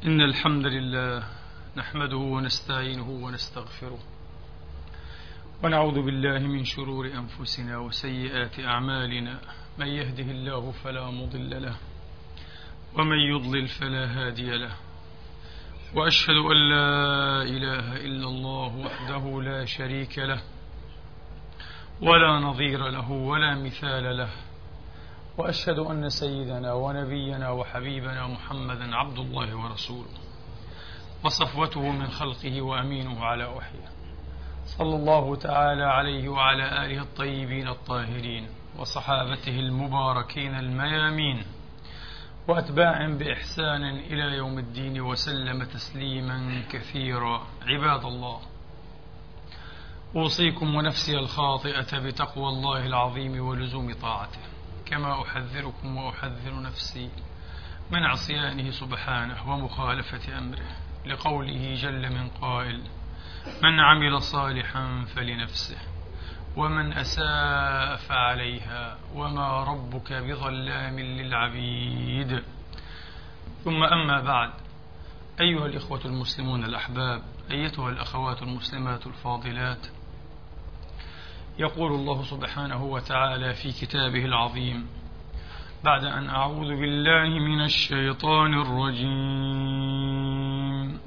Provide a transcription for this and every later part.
إن الحمد لله نحمده ونستعينه ونستغفره ونعوذ بالله من شرور أنفسنا وسيئات أعمالنا. من يهده الله فلا مضل له ومن يضلل فلا هادي له، وأشهد أن لا إله إلا الله وحده لا شريك له ولا نظير له ولا مثال له، وأشهد أن سيدنا ونبينا وحبيبنا محمدا عبد الله ورسوله وصفوته من خلقه وأمينه على وحيه، صلى الله تعالى عليه وعلى آله الطيبين الطاهرين وصحابته المباركين الميامين وأتباع بإحسان إلى يوم الدين وسلم تسليما كثيرا. عباد الله، أوصيكم ونفسي الخاطئة بتقوى الله العظيم ولزوم طاعته، كما أحذركم وأحذر نفسي من عصيانه سبحانه ومخالفة أمره، لقوله جل من قائل: من عمل صالحا فلنفسه ومن أساء فعليها وما ربك بظلام للعبيد. ثم أما بعد، أيها الإخوة المسلمون الأحباب، أيتها الأخوات المسلمات الفاضلات، يقول الله سبحانه وتعالى في كتابه العظيم بعد أن أعوذ بالله من الشيطان الرجيم: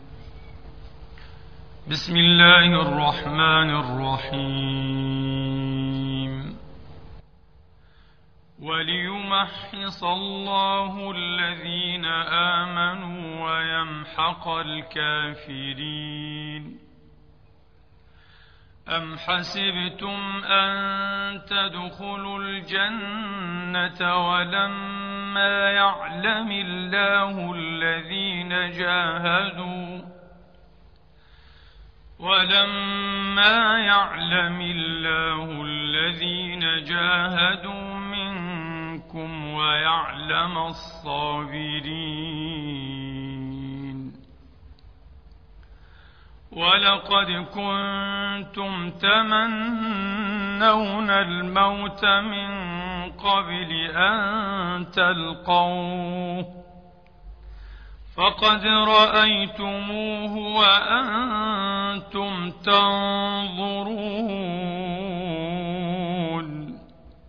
بسم الله الرحمن الرحيم: وليمحص الله الذين آمنوا ويمحق الكافرين. أم حسبتم أن تدخلوا الجنة ولما يعلم الله الذين جاهدوا منكم ويعلم الصابرين. ولقد كنتم تمنون الموت من قبل أن تلقوه فقد رأيتموه وأنتم تنظرون.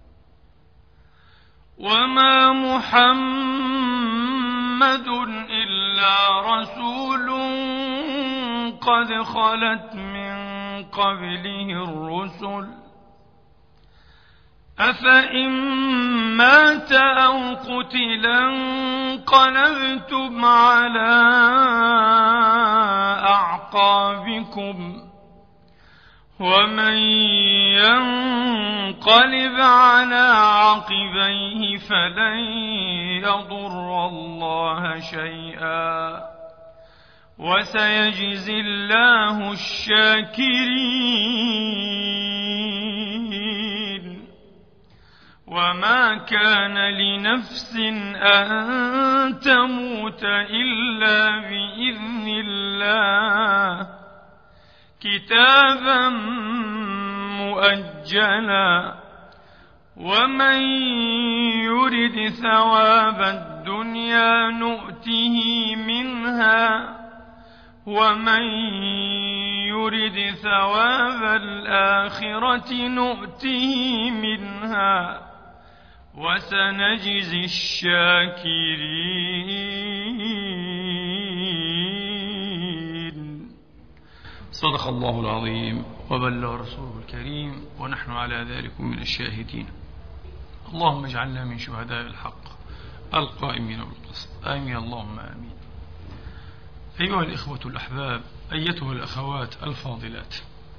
وما محمد إلا رسول قد خلت من قبله الرسل، أفإن مات أو قتل انقلبتم على أعقابكم، ومن ينقلب على عقبيه فلن يضر الله شيئا، وسيجزي الله الشاكرين. وما كان لنفس أن تموت إلا بإذن الله، كتابا مؤجلا. ومن يرد ثواب الدنيا نؤته منها، ومن يرد ثواب الآخرة نؤته منها، وسنجزي الشاكرين. صدق الله العظيم وبلغ رسوله الكريم، ونحن على ذلك من الشاهدين. اللهم اجعلنا من شهداء الحق القائمين بالقسط، آمين اللهم آمين. أيها الإخوة الأحباب، أيتها الأخوات الفاضلات،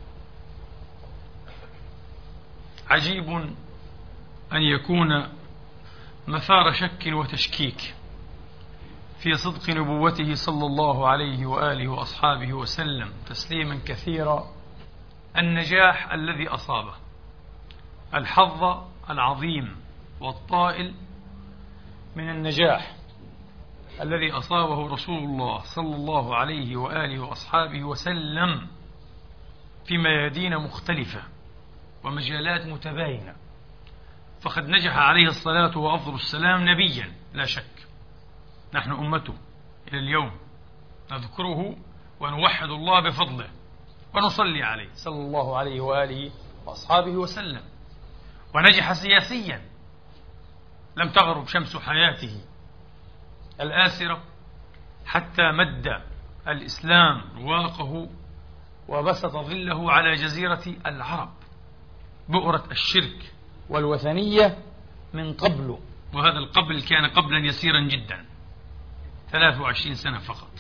عجيب أن يكون مثار شك وتشكيك في صدق نبوته صلى الله عليه وآله وأصحابه وسلم تسليما كثيرا النجاح الذي أصابه، الحظ العظيم والطائل من النجاح الذي أصابه رسول الله صلى الله عليه وآله وأصحابه وسلم في ميادين مختلفة ومجالات متباينة، فقد نجح عليه الصلاة وأفضل السلام نبيا لا شك، نحن أمته إلى اليوم نذكره ونوحد الله بفضله ونصلي عليه صلى الله عليه وآله وأصحابه وسلم. ونجح سياسيا، لم تغرب شمس حياته الآسرة حتى مد الإسلام رواقه وبسط ظله على جزيرة العرب، بؤرة الشرك والوثنية من قبل، وهذا القبل كان قبلا يسيرا جدا، 23 سنة فقط،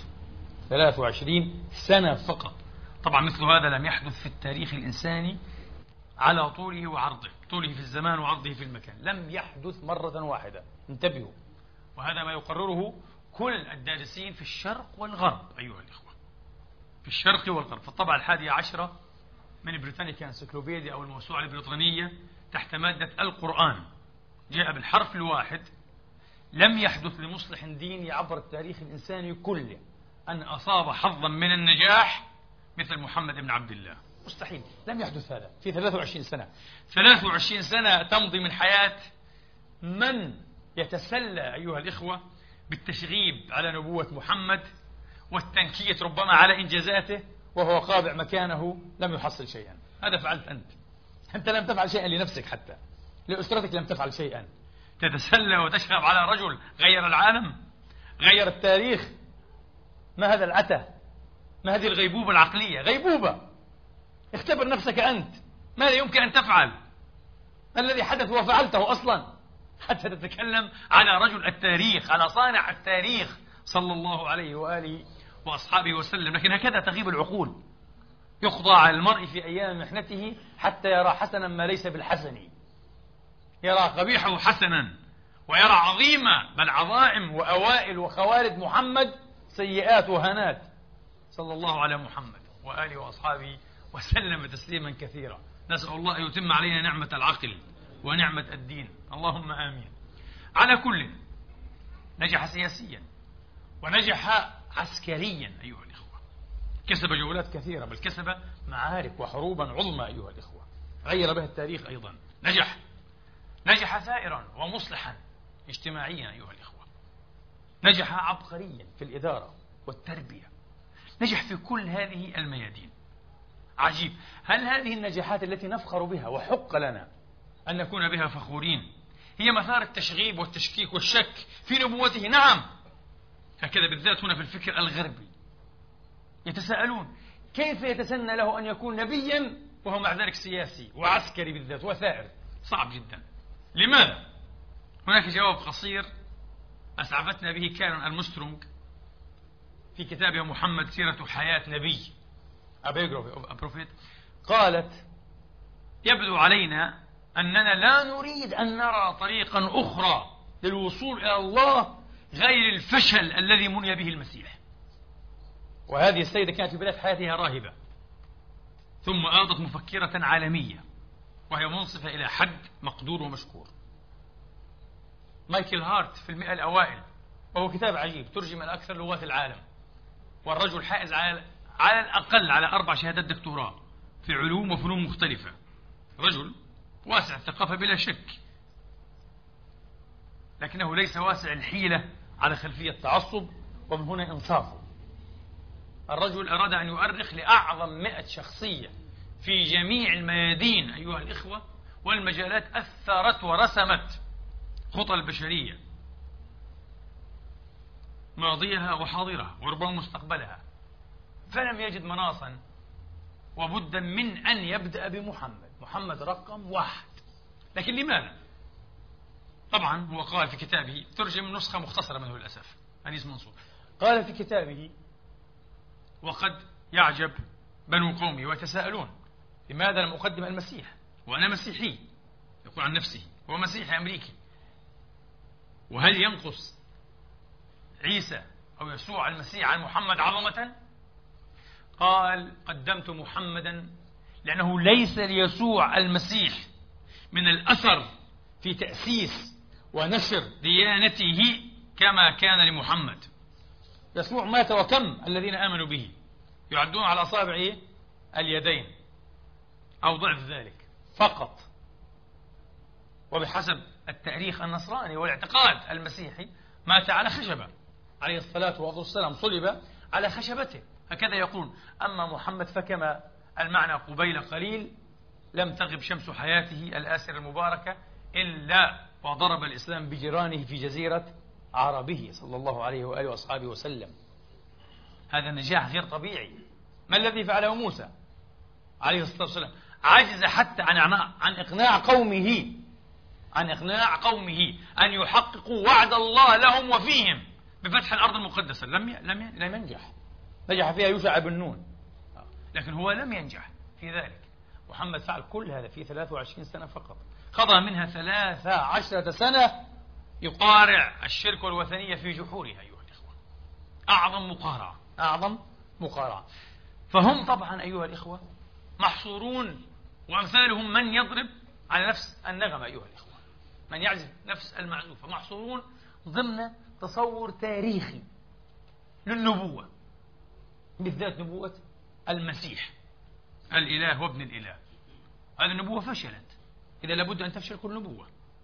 23 سنة فقط. طبعا مثل هذا لم يحدث في التاريخ الإنساني على طوله وعرضه، طوله في الزمان وعرضه في المكان، لم يحدث مرة واحدة، انتبهوا. وهذا ما يقرره كل الدارسين في الشرق والغرب أيها الإخوة، في الشرق والغرب. في الطبعة 11 من بريتانيكا انسيكلوبيديا أو الموسوعة البريطانية تحت مادة القرآن جاء بالحرف الواحد: لم يحدث لمصلح ديني عبر التاريخ الإنساني كله أن أصاب حظا من النجاح مثل محمد بن عبد الله، مستحيل، لم يحدث هذا في 23 سنة. 23 سنة تمضي من حياة من يتسلى أيها الإخوة بالتشغيب على نبوة محمد والتنكية ربما على إنجازاته، وهو قابع مكانه لم يحصل شيئا. هذا فعلت أنت لم تفعل شيئا لنفسك، حتى لأسرتك لم تفعل شيئا. تتسلى وتشغب على رجل غير العالم، غير التاريخ. ما هذا العته؟ ما هذه الغيبوبة العقلية؟ غيبوبة. اختبر نفسك أنت، ماذا يمكن أن تفعل؟ ما الذي حدث وفعلته أصلا حتى تتكلم على رجل التاريخ، على صانع التاريخ صلى الله عليه وآله وأصحابه وسلم. لكن هكذا تغيب العقول، يقضى على المرء في أيام محنته حتى يرى حسنا ما ليس بالحسن، يرى قبيحه حسنا، ويرى عظيم بل عظائم وأوائل وخوارد محمد سيئات وهنات، صلى الله على محمد وآله وأصحابه وسلم تسليما كثيرا. نسأل الله أن يتم علينا نعمة العقل ونعمة الدين، اللهم آمين. على كل، نجح سياسيا ونجح عسكريا أيها الإخوة، كسب جولات كثيرة، بل كسب معارك وحروبا عظمى أيها الإخوة، غير بها التاريخ أيضا. نجح ثائرا ومصلحا اجتماعيا أيها الإخوة، نجح عبقريا في الإدارة والتربية، نجح في كل هذه الميادين. عجيب، هل هذه النجاحات التي نفخر بها وحق لنا أن نكون بها فخورين هي مثار التشغيب والتشكيك والشك في نبوته؟ نعم، هكذا بالذات هنا في الفكر الغربي يتساءلون كيف يتسنى له أن يكون نبيا وهو مع ذلك سياسي وعسكري بالذات وثائر؟ صعب جدا. لماذا؟ هناك جواب قصير أسعفتنا به كارن أرمسترونغ في كتابها محمد سيرة حياة نبي، A Biography of a Prophet. قالت: يبدو علينا أننا لا نريد أن نرى طريقا أخرى للوصول إلى الله غير الفشل الذي مني به المسيح. وهذه السيدة كانت في بداية حياتها راهبة، ثم آضت مفكرة عالمية، وهي منصفة إلى حد مقدور ومشكور. مايكل هارت في 100 الأوائل، وهو كتاب عجيب ترجم إلى أكثر لغات العالم، والرجل حائز على الأقل على 4 شهادات دكتوراه في علوم وفنون مختلفة، رجل واسع الثقافة بلا شك، لكنه ليس واسع الحيلة على خلفية تعصب، ومن هنا إنصافه. الرجل أراد أن يؤرخ لأعظم 100 شخصية في جميع الميادين أيها الإخوة والمجالات أثرت ورسمت خطى البشرية، ماضيها وحاضرها وربما مستقبلها، فلم يجد مناصا وبدا من أن يبدأ محمد رقم 1. لكن لماذا؟ طبعا هو قال في كتابه، ترجم نسخة مختصرة منه للأسف، أنيس منصور، قال في كتابه: وقد يعجب بنو قومي ويتساءلون لماذا لم أقدم المسيح وأنا مسيحي، يقول عن نفسه هو مسيحي أمريكي، وهل ينقص عيسى أو يسوع المسيح عن محمد عظمة؟ قال: قدمت محمدا لأنه ليس ليسوع المسيح من الأثر في تأسيس ونشر ديانته كما كان لمحمد. يسوع مات وكم الذين آمنوا به؟ يعدون على أصابع اليدين أو ضعف ذلك فقط. وبحسب التاريخ النصراني والاعتقاد المسيحي مات على خشبة عليه الصلاة والسلام، صلب على خشبته. هكذا يقول: أما محمد فكما المعنى قبيل قليل لم تغب شمس حياته الآسرة المباركة إلا وضرب الإسلام بجيرانه في جزيرة عربه صلى الله عليه وآله وأصحابه وسلم. هذا نجاح غير طبيعي. ما الذي فعله موسى عليه الصلاة والسلام؟ عجز حتى عن إقناع قومه أن يحققوا وعد الله لهم وفيهم بفتح الأرض المقدسة. لم ينجح. نجح فيها يوشع بن نون، لكن هو لم ينجح في ذلك. محمد فعل كل هذا في 23 سنة فقط، قضى منها 13 سنة يقارع الشرك والوثنية في جحورها أيها الإخوة. أعظم مقارعة. فهم طبعا أيها الإخوة محصورون، وأمثالهم من يضرب على نفس النغمة أيها الإخوة، من يعزف نفس المعزوفة، محصورون ضمن تصور تاريخي للنبوة، بالذات نبوة المسيح الإله وابن الإله. هذه النبوة فشلت، إذا لابد أن تفشل كل نبوة.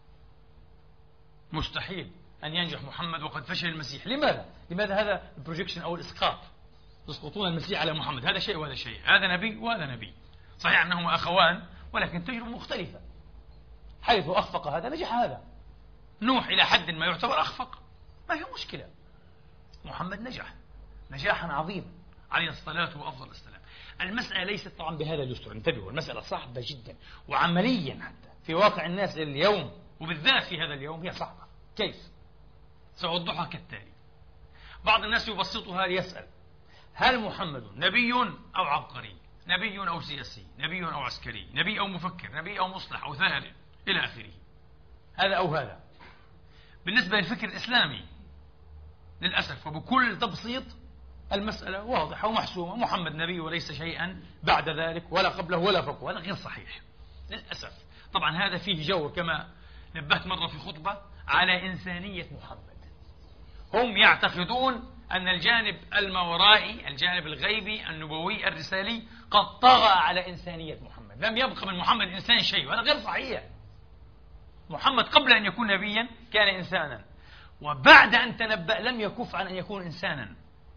مستحيل أن ينجح محمد وقد فشل المسيح. لماذا هذا البروجيكشن أو الإسقاط؟ يسقطون المسيح على محمد، هذا شيء وهذا شيء، هذا نبي وهذا نبي. صحيح أنهما أخوان ولكن تجربة مختلفة. حيث أخفق هذا نجح هذا. نوح إلى حد ما يعتبر أخفق، ما هي مشكلة. محمد نجح نجاحا عظيما عليه الصلاة وأفضل السلام. المسألة ليست طبعا بهذا اليسر، انتبهوا، المسألة صعبة جدا، وعمليا حتى في واقع الناس اليوم وبالذات في هذا اليوم هي صعبة. كيف؟ سأوضحها كالتالي. بعض الناس يبسطها ليسأل: هل محمد نبي أو عبقري؟ نبي أو سياسي؟ نبي أو عسكري؟ نبي أو مفكر؟ نبي أو مصلح أو ثائر إلى آخره؟ هذا أو هذا. بالنسبة للفكر الإسلامي للأسف وبكل تبسيط المسألة واضحة ومحسومة: محمد نبي وليس شيئا بعد ذلك ولا قبله ولا فوقه. هذا غير صحيح للأسف. طبعا هذا فيه جور، كما نبهت مرة في خطبة، على إنسانية محمد. هم يعتقدون أن الجانب الماورائي، الجانب الغيبي النبوي الرسالي، قد طغى على إنسانية محمد. لم يبقى من محمد إنسان شيء، وهذا غير صحيح. محمد قبل أن يكون نبيا كان إنسانا، وبعد أن تنبأ لم يكف عن أن يكون إنسانا.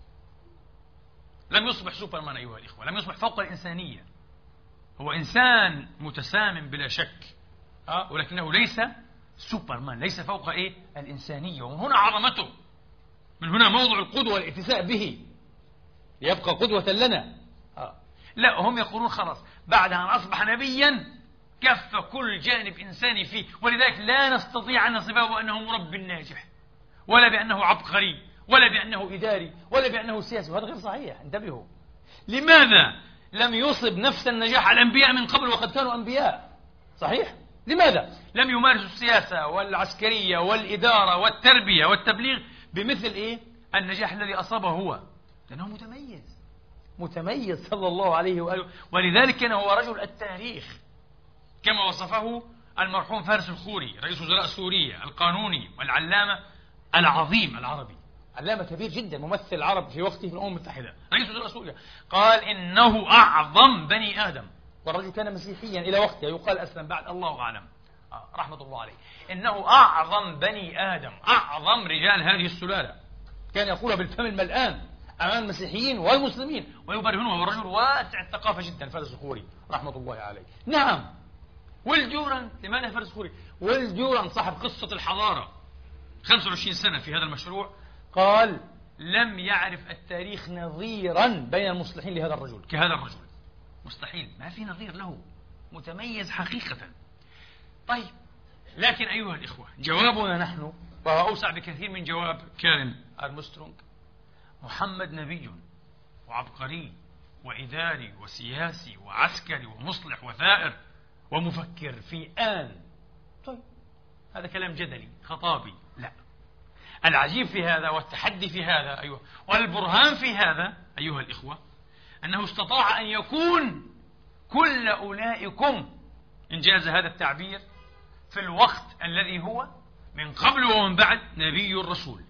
لم يصبح سوبرمان أيها الإخوة، لم يصبح فوق الإنسانية. هو إنسان متسامم بلا شك، ولكنه ليس سوبرمان، ليس فوق الإنسانية. ومن هنا عظمته، من هنا موضع القدوة والاتساء به ليبقى قدوة لنا. لا، هم يقولون خلاص بعد أن أصبح نبيا كف كل جانب إنساني فيه، ولذلك لا نستطيع أن نصفه بأنه مربي ناجح، ولا بأنه عبقري، ولا بأنه إداري، ولا بأنه سياسي. وهذا غير صحيح، انتبهوا. لماذا لم يصب نفس النجاح على الأنبياء من قبل وقد كانوا أنبياء؟ صحيح. لماذا لم يمارسوا السياسة والعسكرية والإدارة والتربية والتبليغ بمثل النجاح الذي أصابه هو؟ لأنه متميز صلى الله عليه وآله. ولذلك كان هو رجل التاريخ كما وصفه المرحوم فارس الخوري رئيس وزراء سوريا القانوني والعلامة العظيم العربي، علامة كبير جدا، ممثل عرب في وقته في الأمم المتحدة، رئيس وزراء سوريا، قال إنه أعظم بني آدم. والرجل كان مسيحيا إلى وقته، يقال أسلم بعد، الله أعلم، رحمة الله عليه. إنه أعظم بني آدم، أعظم رجال هذه السلالة. كان يقولها بالفم الملآن أمام المسيحيين والمسلمين ويبرهنها. والرجل واسع الثقافة جدا فارس الخوري رحمة الله عليه. نعم. والجوران، لماذا فارس الخوري؟ والجوران صاحب قصة الحضارة 25 سنة في هذا المشروع، قال لم يعرف التاريخ نظيرا بين المصلحين لهذا الرجل كهذا الرجل. مستحيل، ما في نظير له، متميز حقيقة. طيب، لكن أيها الإخوة جوابنا نحن وهو أوسع بكثير من جواب كارين أرمسترونغ: محمد نبي وعبقري وإداري وسياسي وعسكري ومصلح وثائر ومفكر في آن. طيب، هذا كلام جدلي خطابي. لا، العجيب في هذا والتحدي في هذا أيها والبرهان في هذا أيها الإخوة أنه استطاع أن يكون كل أولئكم، إنجاز هذا التعبير، في الوقت الذي هو من قبل ومن بعد نبي الرسول،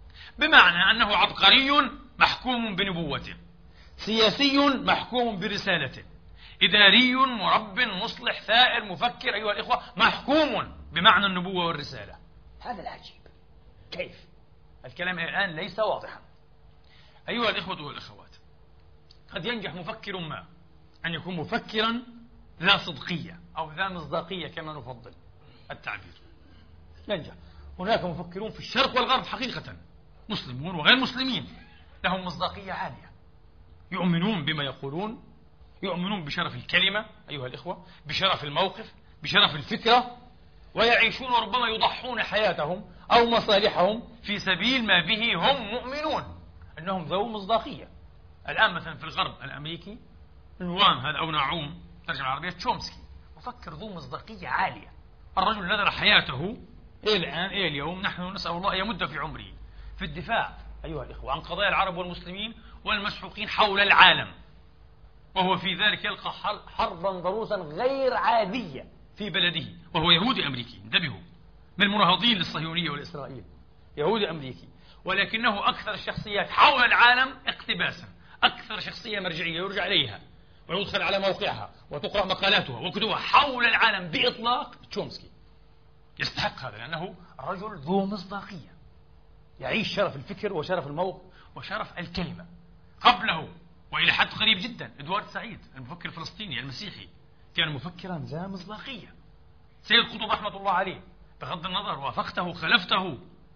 بمعنى أنه عبقري محكوم بنبوته، سياسي محكوم برسالته، إداري مرب مصلح ثائر مفكر أيها الإخوة محكوم بمعنى النبوة والرسالة. هذا العجيب. كيف؟ الكلام الآن ليس واضحا. أيها الإخوة والأخوات، قد ينجح مفكر ما أن يكون مفكرا ذا صدقية أو ذا مصداقية كما نفضل التعبير. ينجح. هناك مفكرون في الشرق والغرب حقيقة، مسلمون وغير مسلمين، لهم مصداقية عالية، يؤمنون بما يقولون، يؤمنون بشرف الكلمة أيها الإخوة، بشرف الموقف، بشرف الفكرة، ويعيشون وربما يضحون حياتهم أو مصالحهم في سبيل ما به هم مؤمنون أنهم ذو مصداقية. الآن مثلا في الغرب الأمريكي نوام هذا أو نعوم ترجمة العربية تشومسكي، مفكر ذو مصداقية عالية. الرجل نذر حياته إلى الآن إلى اليوم، نحن نسأل الله أن يمد في عمره في الدفاع أيها الإخوة عن قضايا العرب والمسلمين والمسحوقين حول العالم، وهو في ذلك يلقى حربا ضروسا غير عادية في بلده، وهو يهودي أمريكي، انتبهوا، من المناهضين للصهيونية والإسرائيل، يهودي أمريكي، ولكنه أكثر الشخصيات حول العالم اقتباسا، أكثر شخصية مرجعية يرجع إليها ويدخل على موقعها وتقرأ مقالاتها وكتبها حول العالم بإطلاق تشومسكي. يستحق هذا لأنه رجل ذو مصداقية، يعيش شرف الفكر وشرف الموقف وشرف الكلمة. قبله وإلى حد قريب جدا إدوارد سعيد المفكر الفلسطيني المسيحي، كان مفكرا ذا مصداقية. سيد قطب رحمة الله عليه، بغض النظر وافقته خلفته،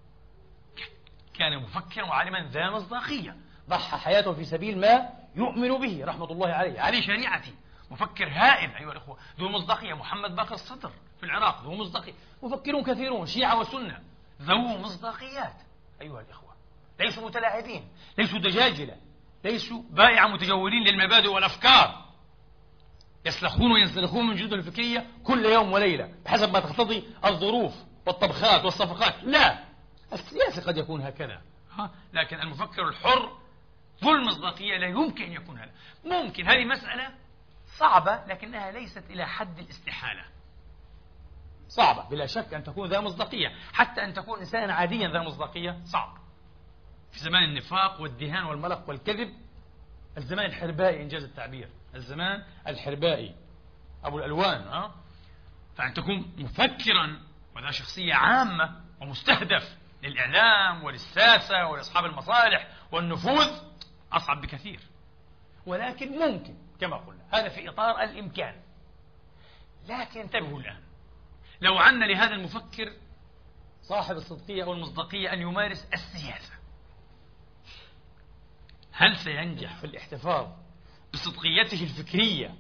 كان مفكرا وعالما ذا مصداقية، ضحى حياته في سبيل ما يؤمن به رحمة الله عليه، علي شريعتي، مفكر هائل أيها الأخوة ذو مصداقية. محمد باقر الصدر في العراق ذو مصداقية، مفكرون كثيرون شيعة وسنة ذو مصداقيات أيها الأخوة، ليسوا متلاعبين، ليسوا دجاجلة، ليسوا بائع متجولين للمبادئ والأفكار يسلخون وينسلخون من جدود الفكرية كل يوم وليلة بحسب ما تقتضي الظروف والطبخات والصفقات. لا، السياسة قد يكون هكذا، لكن المفكر الحر ذو المصداقية لا يمكن أن يكون هذا. ممكن، هذه مسألة صعبة لكنها ليست إلى حد الاستحالة. صعبة بلا شك أن تكون ذا مصداقية، حتى أن تكون إنسانا عاديا ذا مصداقية صعب. في زمان النفاق والدهان والملق والكذب، الزمان الحربائي إنجاز التعبير، الزمان الحربائي أبو الألوان، فأن تكون مفكرا وذا شخصية عامة ومستهدف للإعلام وللساسة ولأصحاب المصالح والنفوذ أصعب بكثير، ولكن ممكن كما قلنا هذا في إطار الإمكان. لكن انتبهوا الآن، لو عن لهذا المفكر صاحب الصدقية أو المصداقية أن يمارس السياسة، هل سينجح في الاحتفاظ بصدقيته الفكرية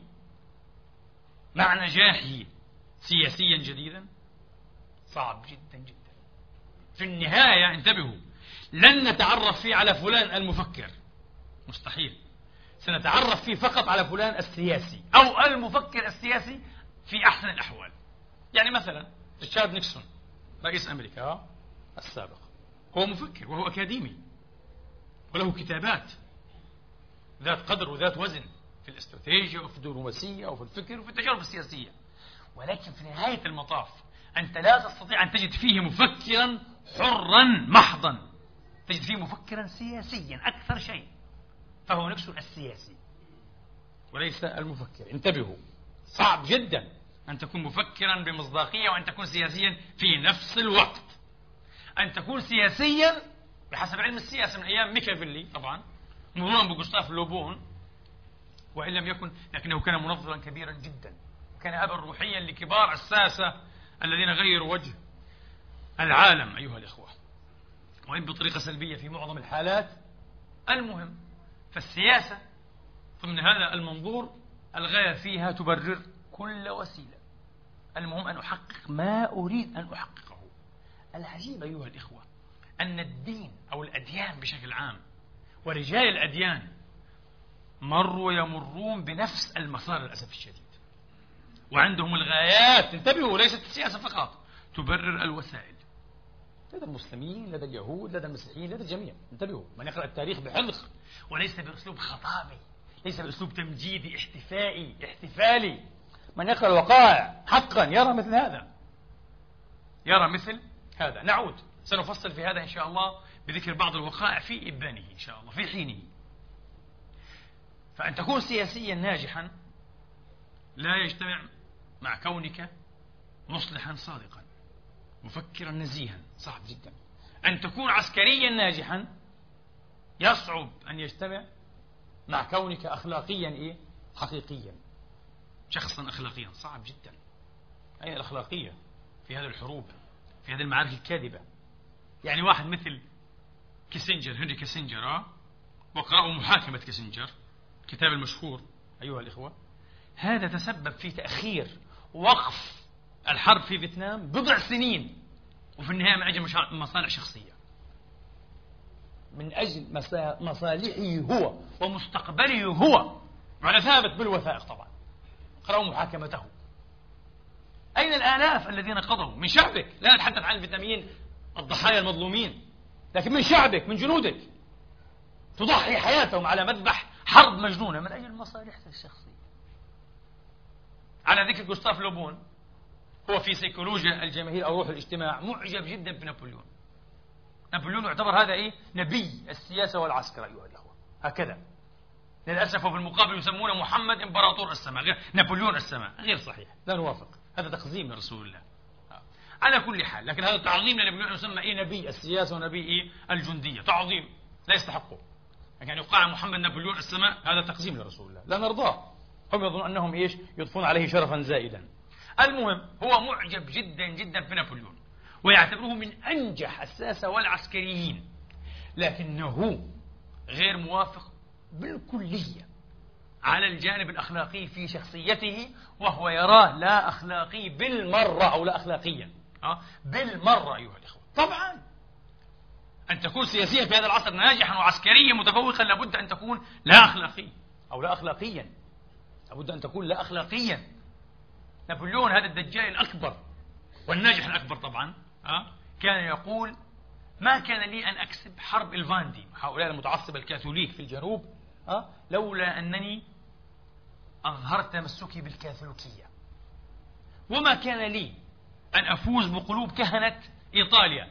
مع نجاحه سياسيا جديدا؟ صعب جدا جدا. في النهاية انتبهوا، لن نتعرف فيه على فلان المفكر، مستحيل، سنتعرف فيه فقط على فلان السياسي أو المفكر السياسي في أحسن الأحوال. يعني مثلا ريتشارد نيكسون رئيس أمريكا السابق، هو مفكر وهو أكاديمي وله كتابات ذات قدر وذات وزن في الاستراتيجيا وفي الدبلوماسية وفي الفكر وفي التجارب السياسية، ولكن في نهاية المطاف أنت لا تستطيع أن تجد فيه مفكرا حرا محضا، تجد فيه مفكرا سياسيا أكثر شيء، فهو نيكسون السياسي وليس المفكر. انتبهوا، صعب جدا أن تكون مفكرا بمصداقية وأن تكون سياسيا في نفس الوقت. أن تكون سياسيا بحسب علم السياسة من أيام ميكافيلي طبعا، مرورا بغوستاف لوبون، وإن لم يكن لكنه كان منظرا كبيرا جدا، وكان أبا روحيا لكبار الساسة الذين غيروا وجه العالم أيها الإخوة، وإن بطريقة سلبية في معظم الحالات. المهم، فالسياسة ضمن هذا المنظور الغاية فيها تبرر كل وسيلة، المهم أن أحقق ما أريد أن أحققه. العجيب أيها الإخوة أن الدين أو الأديان بشكل عام ورجال الأديان مروا يمرون بنفس المسار للأسف الشديد، وعندهم الغايات، انتبهوا، ليست السياسة فقط، تبرر الوسائل، لدى المسلمين، لدى اليهود، لدى المسيحيين، لدى الجميع. انتبهوا، من يقرأ التاريخ بحذق وليس بأسلوب خطابي، ليس بأسلوب تمجيدي احتفائي احتفالي. من يقرأ الوقائع حقا يرى مثل هذا، يرى مثل هذا. نعود سنفصل في هذا إن شاء الله بذكر بعض الوقائع في إبانه إن شاء الله في حينه. فأن تكون سياسيا ناجحا لا يجتمع مع كونك مصلحا صادقا مفكرا نزيها، صعب جدا. أن تكون عسكريا ناجحا يصعب أن يجتمع مع كونك أخلاقيا حقيقيا، شخصا أخلاقيا، صعب جدا. أين الأخلاقية في هذه الحروب، في هذه المعارك الكاذبة؟ يعني واحد مثل كيسنجر، هنري كيسنجر، واقرأوا محاكمة كيسنجر، الكتاب المشهور أيها الإخوة. هذا تسبب في تأخير وقف الحرب في فيتنام بضع سنين، وفي النهاية من أجل مصالح شخصية، من أجل مصالحه هو ومستقبله هو، وهذا ثابت بالوثائق طبعا. اقرأوا محاكمته. أين الآلاف الذين قضوا من شعبك؟ لا نتحدث عن الفيتناميين الضحايا المظلومين، لكن من شعبك، من جنودك، تضحي حياتهم على مذبح حرب مجنونة من أجل مصالحك الشخصية. على ذكر جوستاف لوبون، هو في سيكولوجيا الجماهير أو روح الاجتماع معجب جدا بنابليون. نابليون يعتبر هذا نبي السياسة والعسكر أيها الأخوة، هكذا. للأسف وفي المقابل يسمونه محمد إمبراطور السماء، غير نابليون السماء، غير صحيح، لا نوافق، هذا تقزيم لرسول الله. على كل حال، لكن هذا تعظيم لنابليون، يسمى نبي السياسة ونبي الجندية، تعظيم لا يستحقه. يعني يقال محمد نابليون السماء، هذا تقزيم لرسول الله، لا نرضاه. هم يظنون أنهم يضفون عليه شرفا زائدا. المهم، هو معجب جدا جدا في نابليون، ويعتبره من أنجح الساسة والعسكريين، لكنه غير موافق بالكلية على الجانب الأخلاقي في شخصيته، وهو يراه لا أخلاقي بالمرة، أو لا أخلاقيا بالمرة أيها الإخوة. طبعا أن تكون سياسيا في هذا العصر ناجحا وعسكريا متفوقا لابد أن تكون لا أخلاقي، أو لا أخلاقيا، لابد أن تكون لا أخلاقيا. نابليون هذا الدجال الأكبر والناجح الأكبر طبعا كان يقول: ما كان لي أن أكسب حرب الفاندي، هؤلاء المتعصب الكاثوليك في الجنوب، لولا أنني أظهرت تمسكي بالكاثوليكية، وما كان لي أن أفوز بقلوب كهنة إيطاليا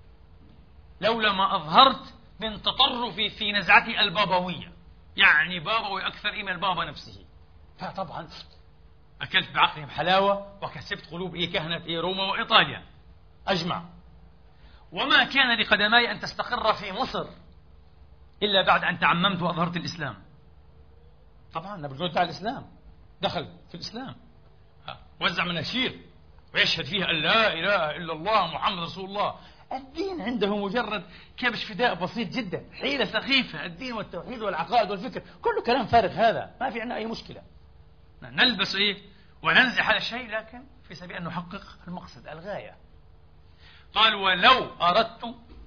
لولا ما أظهرت من تطرفي في نزعتي البابوية، يعني بابوي أكثر من البابا نفسه. فطبعا أكلت بعقلهم حلاوة وكسبت قلوب كهنة روما وإيطاليا أجمع. وما كان لقدماي أن تستقر في مصر إلا بعد أن تعممت وأظهرت الإسلام. طبعا نابليون بتاع الإسلام، دخل في الإسلام، وزع مناشير ويشهد فيها أن لا إله إلا الله محمد رسول الله. الدين عنده مجرد كبش فداء بسيط جدا، حيلة سخيفة. الدين والتوحيد والعقائد والفكر كله كلام فارغ، هذا ما في عندنا أي مشكلة. نلبس وننزع هذا الشيء، لكن في سبيل أن نحقق المقصد، الغاية. قال: ولو أردت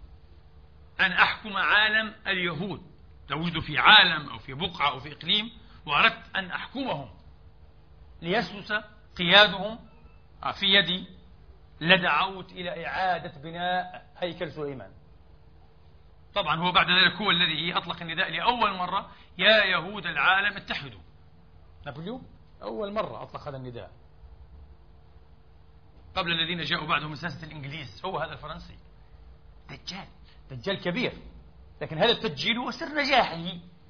أن أحكم عالم اليهود، لو وجدوا في عالم أو في بقعة أو في إقليم وأردت أن أحكمهم ليسلس قيادهم في يدي، لدعوت إلى إعادة بناء هيكل سليمان. طبعا هو بعد ذلك هو الذي أطلق النداء لأول مرة: يا يهود العالم اتحدوا. نابليون أول مرة أطلق هذا النداء، قبل الذين جاءوا بعده من ساسة الإنجليز. هو هذا الفرنسي دجال كبير، لكن هذا التدجيل هو سر نجاحه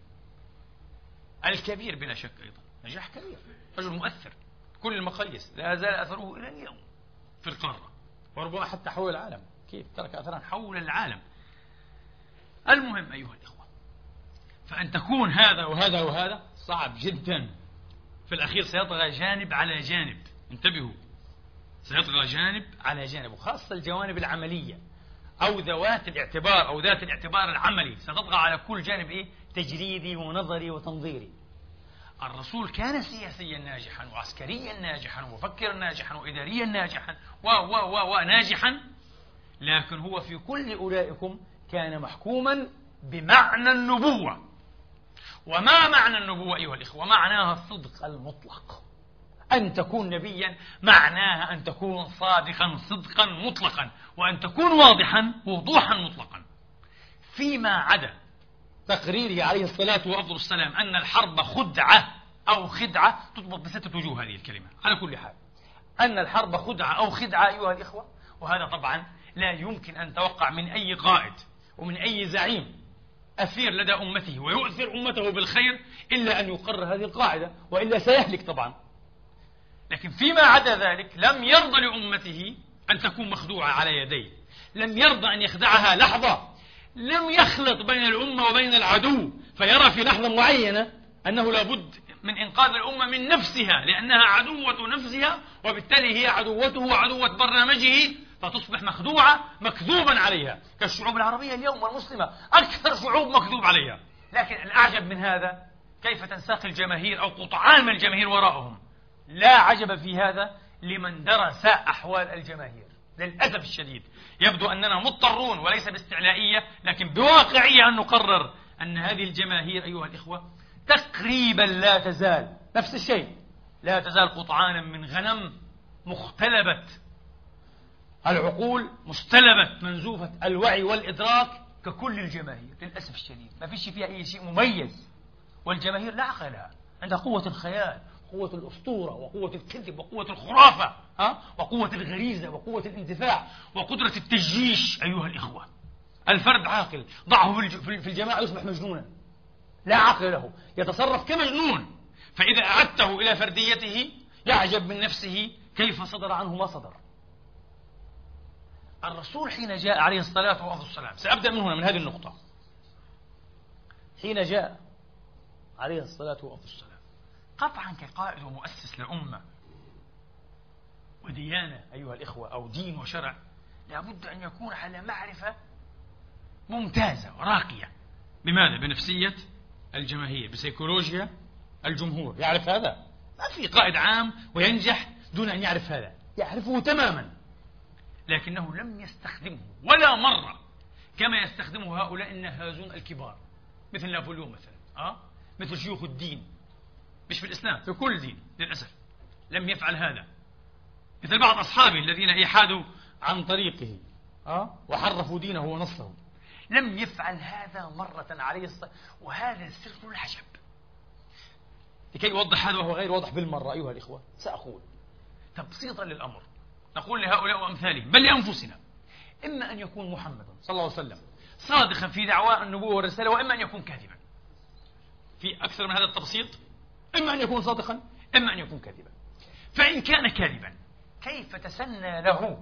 الكبير بلا شك، أيضا نجاح كبير، رجل مؤثر كل المقاييس، لا زال أثره إلى اليوم في القارة، وربما حتى حول العالم. كيف ترك أثرا حول العالم. المهم أيها الإخوة، فأن تكون هذا وهذا وهذا صعب جدا. في الأخير سيطغى جانب على جانب، انتبهوا، سيطغى جانب على جانب، وخاصة الجوانب العملية أو ذوات الاعتبار أو ذات الاعتبار العملي ستطغى على كل جانب تجريدي ونظري وتنظيري. الرسول كان سياسيا ناجحا وعسكريا ناجحا ومفكرا ناجحا وإداريا ناجحا وناجحا، لكن هو في كل أولئكم كان محكوما بمعنى النبوة. وما معنى النبوة أيها الإخوة؟ معناها الصدق المطلق. أن تكون نبيا معناها أن تكون صادقا صدقا مطلقا، وأن تكون واضحا وضوحا مطلقا. فيما عدا تقريره عليه الصلاة وأفضل السلام أن الحرب خدعة أو خدعة، تضبط بستة وجوه هذه الكلمة على كل حال، أن الحرب خدعة أو خدعة أيها الإخوة، وهذا طبعا لا يمكن أن توقع من أي قائد ومن أي زعيم أثير لدى أمته ويؤثر أمته بالخير إلا أن يقرر هذه القاعدة، وإلا سيهلك طبعا. لكن فيما عدا ذلك لم يرضى لأمته أن تكون مخدوعة على يديه، لم يرضى أن يخدعها لحظة، لم يخلط بين الأمة وبين العدو، فيرى في لحظة معينة أنه لابد من إنقاذ الأمة من نفسها لأنها عدوة نفسها، وبالتالي هي عدوته وعدوة برنامجه، فتصبح مخدوعة مكذوبا عليها، كالشعوب العربية اليوم والمسلمة أكثر شعوب مكذوب عليها. لكن الأعجب من هذا كيف تنساق الجماهير أو قطعان من الجماهير وراءهم. لا عجب في هذا لمن درس أحوال الجماهير. للأسف الشديد يبدو أننا مضطرون، وليس باستعلائية لكن بواقعية، أن نقرر أن هذه الجماهير أيها الإخوة تقريبا لا تزال نفس الشيء، لا تزال قطعانا من غنم مختلبة العقول، مستلبة منزوفة الوعي والإدراك ككل الجماهير. للأسف الشديد ما فيش فيها أي شيء مميز، والجماهير لا عقل لها، عندها قوة الخيال، قوة الأسطورة، وقوة الكذب، وقوة الخرافة، وقوة الغريزة، وقوة الاندفاع، وقدرة التجيش. أيها الإخوة، الفرد عاقل ضعه في الجماعة يصبح مجنونا، لا عقل له، يتصرف كمجنون. فإذا أعدته إلى فرديته يعجب من نفسه كيف صدر عنه ما صدر. الرسول حين جاء عليه الصلاة والسلام، سأبدأ من هنا من هذه النقطة، حين جاء عليه الصلاة والسلام قطعا كقائد ومؤسس لأمة وديانة أيها الإخوة، أو دين وشرع، لابد أن يكون على معرفة ممتازة وراقية. بماذا؟ بنفسية الجماهير، بسيكولوجيا الجمهور. يعرف هذا؟ ما في قائد عام وينجح دون أن يعرف هذا، يعرفه تماما، لكنه لم يستخدمه ولا مرة كما يستخدمه هؤلاء النهازون الكبار، مثل نابليون مثلا، مثل شيوخ الدين، مش في الإسلام، في كل دين للأسف لم يفعل هذا، مثل بعض أصحابه الذين حادوا عن طريقه وحرفوا دينه ونصه. لم يفعل هذا مرة عليه الصلاة، وهذا سر العجب. لكي يوضح هذا وهو غير واضح بالمرة أيها الإخوة، سأقول تبسيطا للأمر، نقول لهؤلاء وأمثالهم بل لأنفسنا: إما أن يكون محمد صلى الله عليه وسلم صادقا في دعوى النبوة والرسالة، وإما أن يكون كاذبا. في أكثر من هذا التبسيط، إما أن يكون صادقا إما أن يكون كاذبا. فإن كان كاذبا كيف تسنى له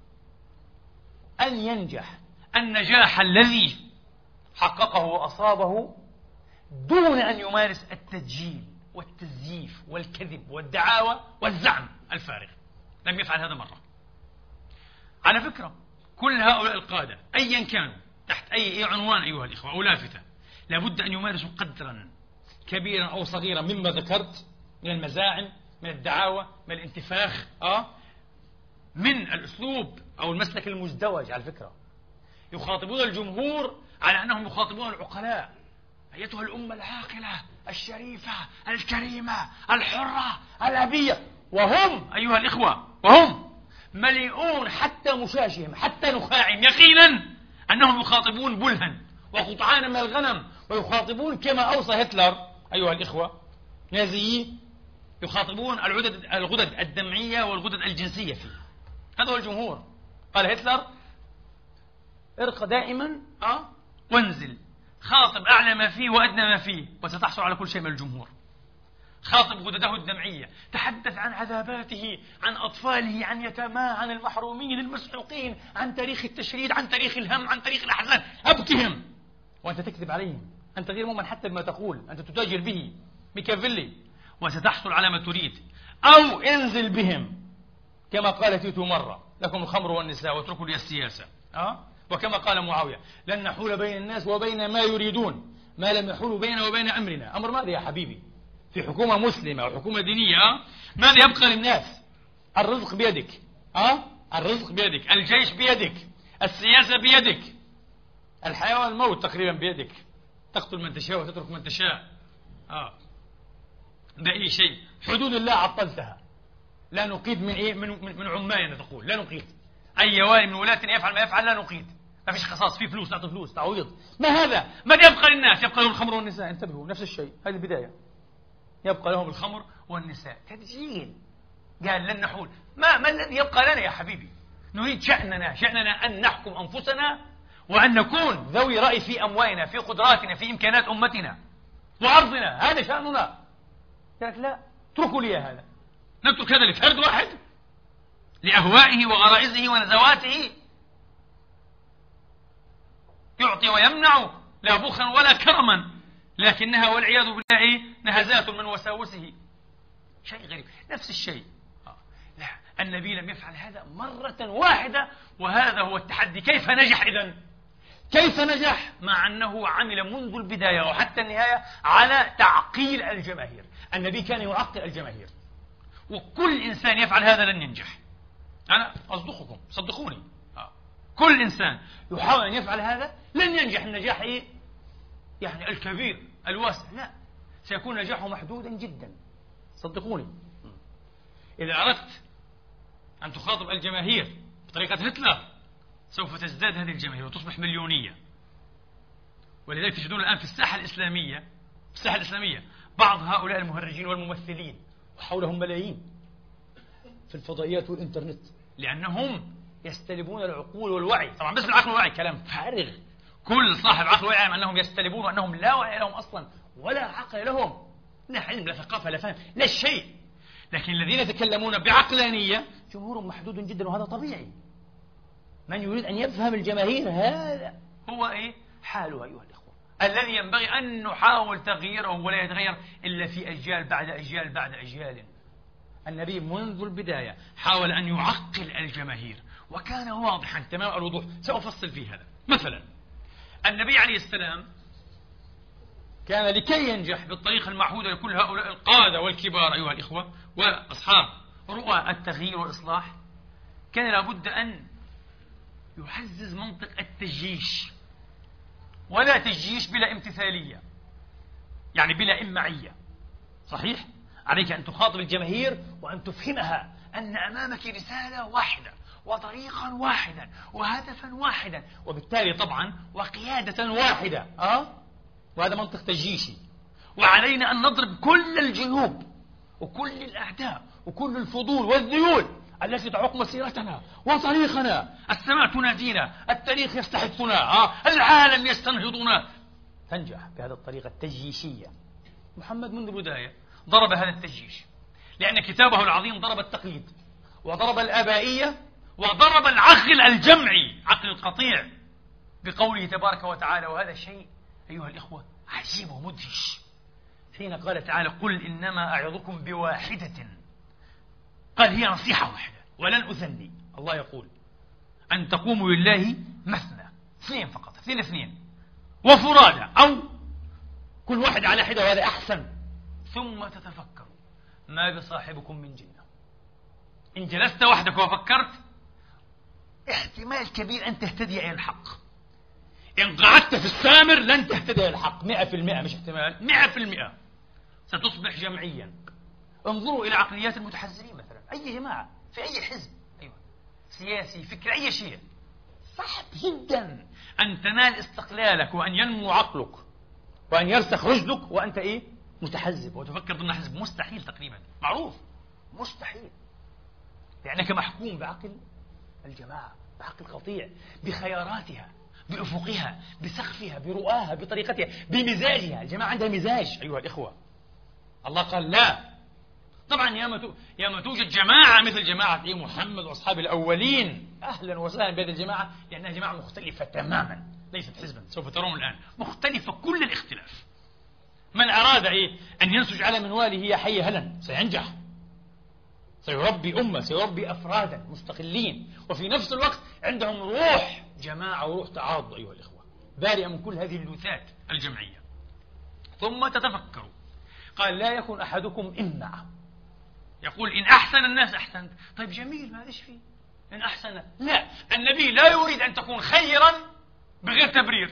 أن ينجح النجاح الذي حققه وأصابه دون أن يمارس التدجيل والتزييف والكذب والدعاوى والزعم الفارغ؟ لم يفعل هذا مرة. على فكرة كل هؤلاء القادة أيا كانوا تحت أي عنوان أيها الإخوة أو لافتة، لابد أن يمارسوا قدرا كبيرا أو صغيرا مما ذكرت من المزاعم، من الدعاوى، من الانتفاخ، من الأسلوب أو المسلك المزدوج. على فكرة يخاطبون الجمهور على أنهم يخاطبون العقلاء، أيتها الأمة العاقلة الشريفة الكريمة الحرة الأبية، وهم أيها الإخوة وهم مليئون حتى مشاشهم حتى نخاعهم يقينا أنهم يخاطبون بلها وقطعانا من الغنم، ويخاطبون كما أوصى هتلر أيها الإخوة نازيي، يخاطبون الغدد الدمعية والغدد الجنسية فيه. هذا هو الجمهور. قال هتلر: ارق دائما وانزل، خاطب أعلى ما فيه وأدنى ما فيه وستحصل على كل شيء من الجمهور. خاطب غدده الدمعية، تحدث عن عذاباته، عن أطفاله، عن يتاماه، عن المحرومين المسحوقين، عن تاريخ التشريد، عن تاريخ الهم، عن تاريخ الأحزان. أبكهم وأنت تكذب عليهم، أنت غير مؤمن حتى بما تقول، أنت تتاجر به ميكافيلي، وستحصل على ما تريد. أو انزل بهم كما قال تيتو مرة: لكم الخمر والنساء واتركوا لي السياسة. وكما قال معاوية: لن نحول بين الناس وبين ما يريدون ما لم يحول بيننا وبين أمرنا. أمر ماذا يا حبيبي؟ في حكومة مسلمة وحكومة دينية ماذا يبقى للناس؟ الرزق بيدك، الرزق بيدك، الجيش بيدك، السياسة بيدك، الحياة والموت تقريبا بيدك، تقتل من تشاء وتترك من تشاء. بأي شيء. حدود الله عطلتها، لا نقيد من إيه؟ من عمالنا تقول لا نقيد. أي والي من ولاتنا يفعل ما يفعل لا نقيد، ما فيش قصاص، في فلوس نعطي فلوس تعويض. ما هذا؟ من يبقى للناس؟ يبقى لهم الخمر والنساء. انتبهوا، نفس الشيء، هذه البداية. يبقى لهم الخمر والنساء، تدجيل. قال لن نحول. ما الذي يبقى لنا يا حبيبي؟ نريد شأننا أن نحكم أنفسنا، وأن نكون ذوي رأي في أموالنا، في قدراتنا، في إمكانات أمتنا وأرضنا. هذا شأننا. قال لا، اتركوا لي هذا. نترك هذا لفرد واحد لأهوائه وغرائزه ونزواته؟ يعطي ويمنع، لا بخلا ولا كرما، لكنها والعياذ بالله نهزات من وساوسه. شيء غريب. نفس الشيء. لا، النبي لم يفعل هذا مرة واحدة، وهذا هو التحدي. كيف نجح إذن؟ كيف نجح مع أنه عمل منذ البداية وحتى النهاية على تعقيل الجماهير؟ النبي كان يعقل الجماهير، وكل إنسان يفعل هذا لن ينجح. أنا أصدقكم، صدقوني. كل إنسان يحاول أن يفعل هذا لن ينجح النجاح يعني الكبير الواسع، لا، سيكون نجاحه محدودا جدا، صدقوني. إذا أردت أن تخاطب الجماهير بطريقة هتلر سوف تزداد هذه الجماهير وتصبح مليونية. ولذلك تجدون الآن في الساحة الإسلامية بعض هؤلاء المهرجين والممثلين وحولهم ملايين في الفضائيات والإنترنت، لأنهم يستلبون العقول والوعي. طبعا بس العقل والوعي كلام فارغ. كل صاحب عقل وعي يعلم أنهم يستلبون وأنهم لا وعي لهم أصلا ولا عقل لهم، لا علم لا ثقافة لا فهم لا شيء. لكن الذين يتكلمون بعقلانية جمهور محدود جدا، وهذا طبيعي. من يريد أن يفهم الجماهير هذا هو حاله أيها الإخوة، الذي ينبغي أن نحاول تغييره، ولا يتغير إلا في أجيال بعد أجيال بعد أجيال. النبي منذ البداية حاول أن يعقل الجماهير، وكان واضحا تمام الوضوح. سأفصل في هذا. مثلا النبي عليه السلام كان لكي ينجح بالطريقة المعهودة لكل هؤلاء القادة والكبار أيها الإخوة وأصحاب رؤى التغيير والإصلاح، كان لابد أن يعزز منطق التجيش، ولا تجيش بلا امتثالية، يعني بلا إمعية. صحيح؟ عليك أن تخاطب الجماهير وأن تفهمها أن أمامك رسالة واحدة وطريقا واحدا وهدفا واحدا، وبالتالي طبعا وقيادة واحدة. وهذا منطق تجيشي. وعلينا أن نضرب كل الجيوب وكل الأعداء وكل الفضول والذيول التي تعوق مسيرتنا وطريقنا. السماء تنادينا، التاريخ يستحثنا، العالم يستنهضنا. تنجح بهذه الطريقة التجيشية. محمد منذ البداية ضرب هذا التجيش، لأن كتابه العظيم ضرب التقليد وضرب الآبائية وضرب العقل الجمعي، عقل القطيع، بقوله تبارك وتعالى. وهذا شيء أيها الإخوة عجيب ومدهش. حين قال تعالى: قل إنما أعظكم بواحدة، قال هي نصيحة واحدة ولن أثني. الله يقول أن تقوموا لله مثنى، اثنين فقط، اثنين وفرادى، أو كل واحد على حدة، وهذا أحسن. ثم تتفكروا ما بصاحبكم من جنة. إن جلست وحدك وفكرت احتمال كبير أن تهتدي إلى الحق. إن قعدت في السامر لن تهتدي إلى الحق 100%، مش احتمال، 100%. ستصبح جمعيا. انظروا إلى عقليات المتحزبين مثلا، أي جماعة في أي حزب سياسي فكري أي شيء، صعب جدا أن تنال استقلالك وأن ينمو عقلك وأن يرسخ رشدك وأنت متحزب وتفكر ضمن حزب. مستحيل تقريبا، معروف مستحيل، لأنك محكوم بعقل الجماعة، بعقل قطيع، بخياراتها، بأفقها، بسقفها، برؤاها، بطريقتها، بمزاجها. الجماعة عندها مزاج أيها الإخوة. الله قال لا. طبعا ياما توجد جماعة مثل جماعة محمد وأصحاب الأولين، أهلا وسهلا بهذه الجماعة، لأنها جماعة مختلفة تماما، ليست حزبا، سوف ترون الآن مختلفة كل الاختلاف. من أراد أن ينسج على منواله يا حي هلا سينجح، سيربي أمة، سيربي أفرادا مستقلين، وفي نفس الوقت عندهم روح جماعة وروح تعاضد أيها الإخوة، بارئة من كل هذه اللوثات الجمعية. ثم تتفكروا، قال لا يكن أحدكم إمعة، يقول إن أحسن الناس أحسنت. طيب جميل، ما ليش فيه إن أحسن. لا، النبي لا يريد أن تكون خيرا بغير تبرير،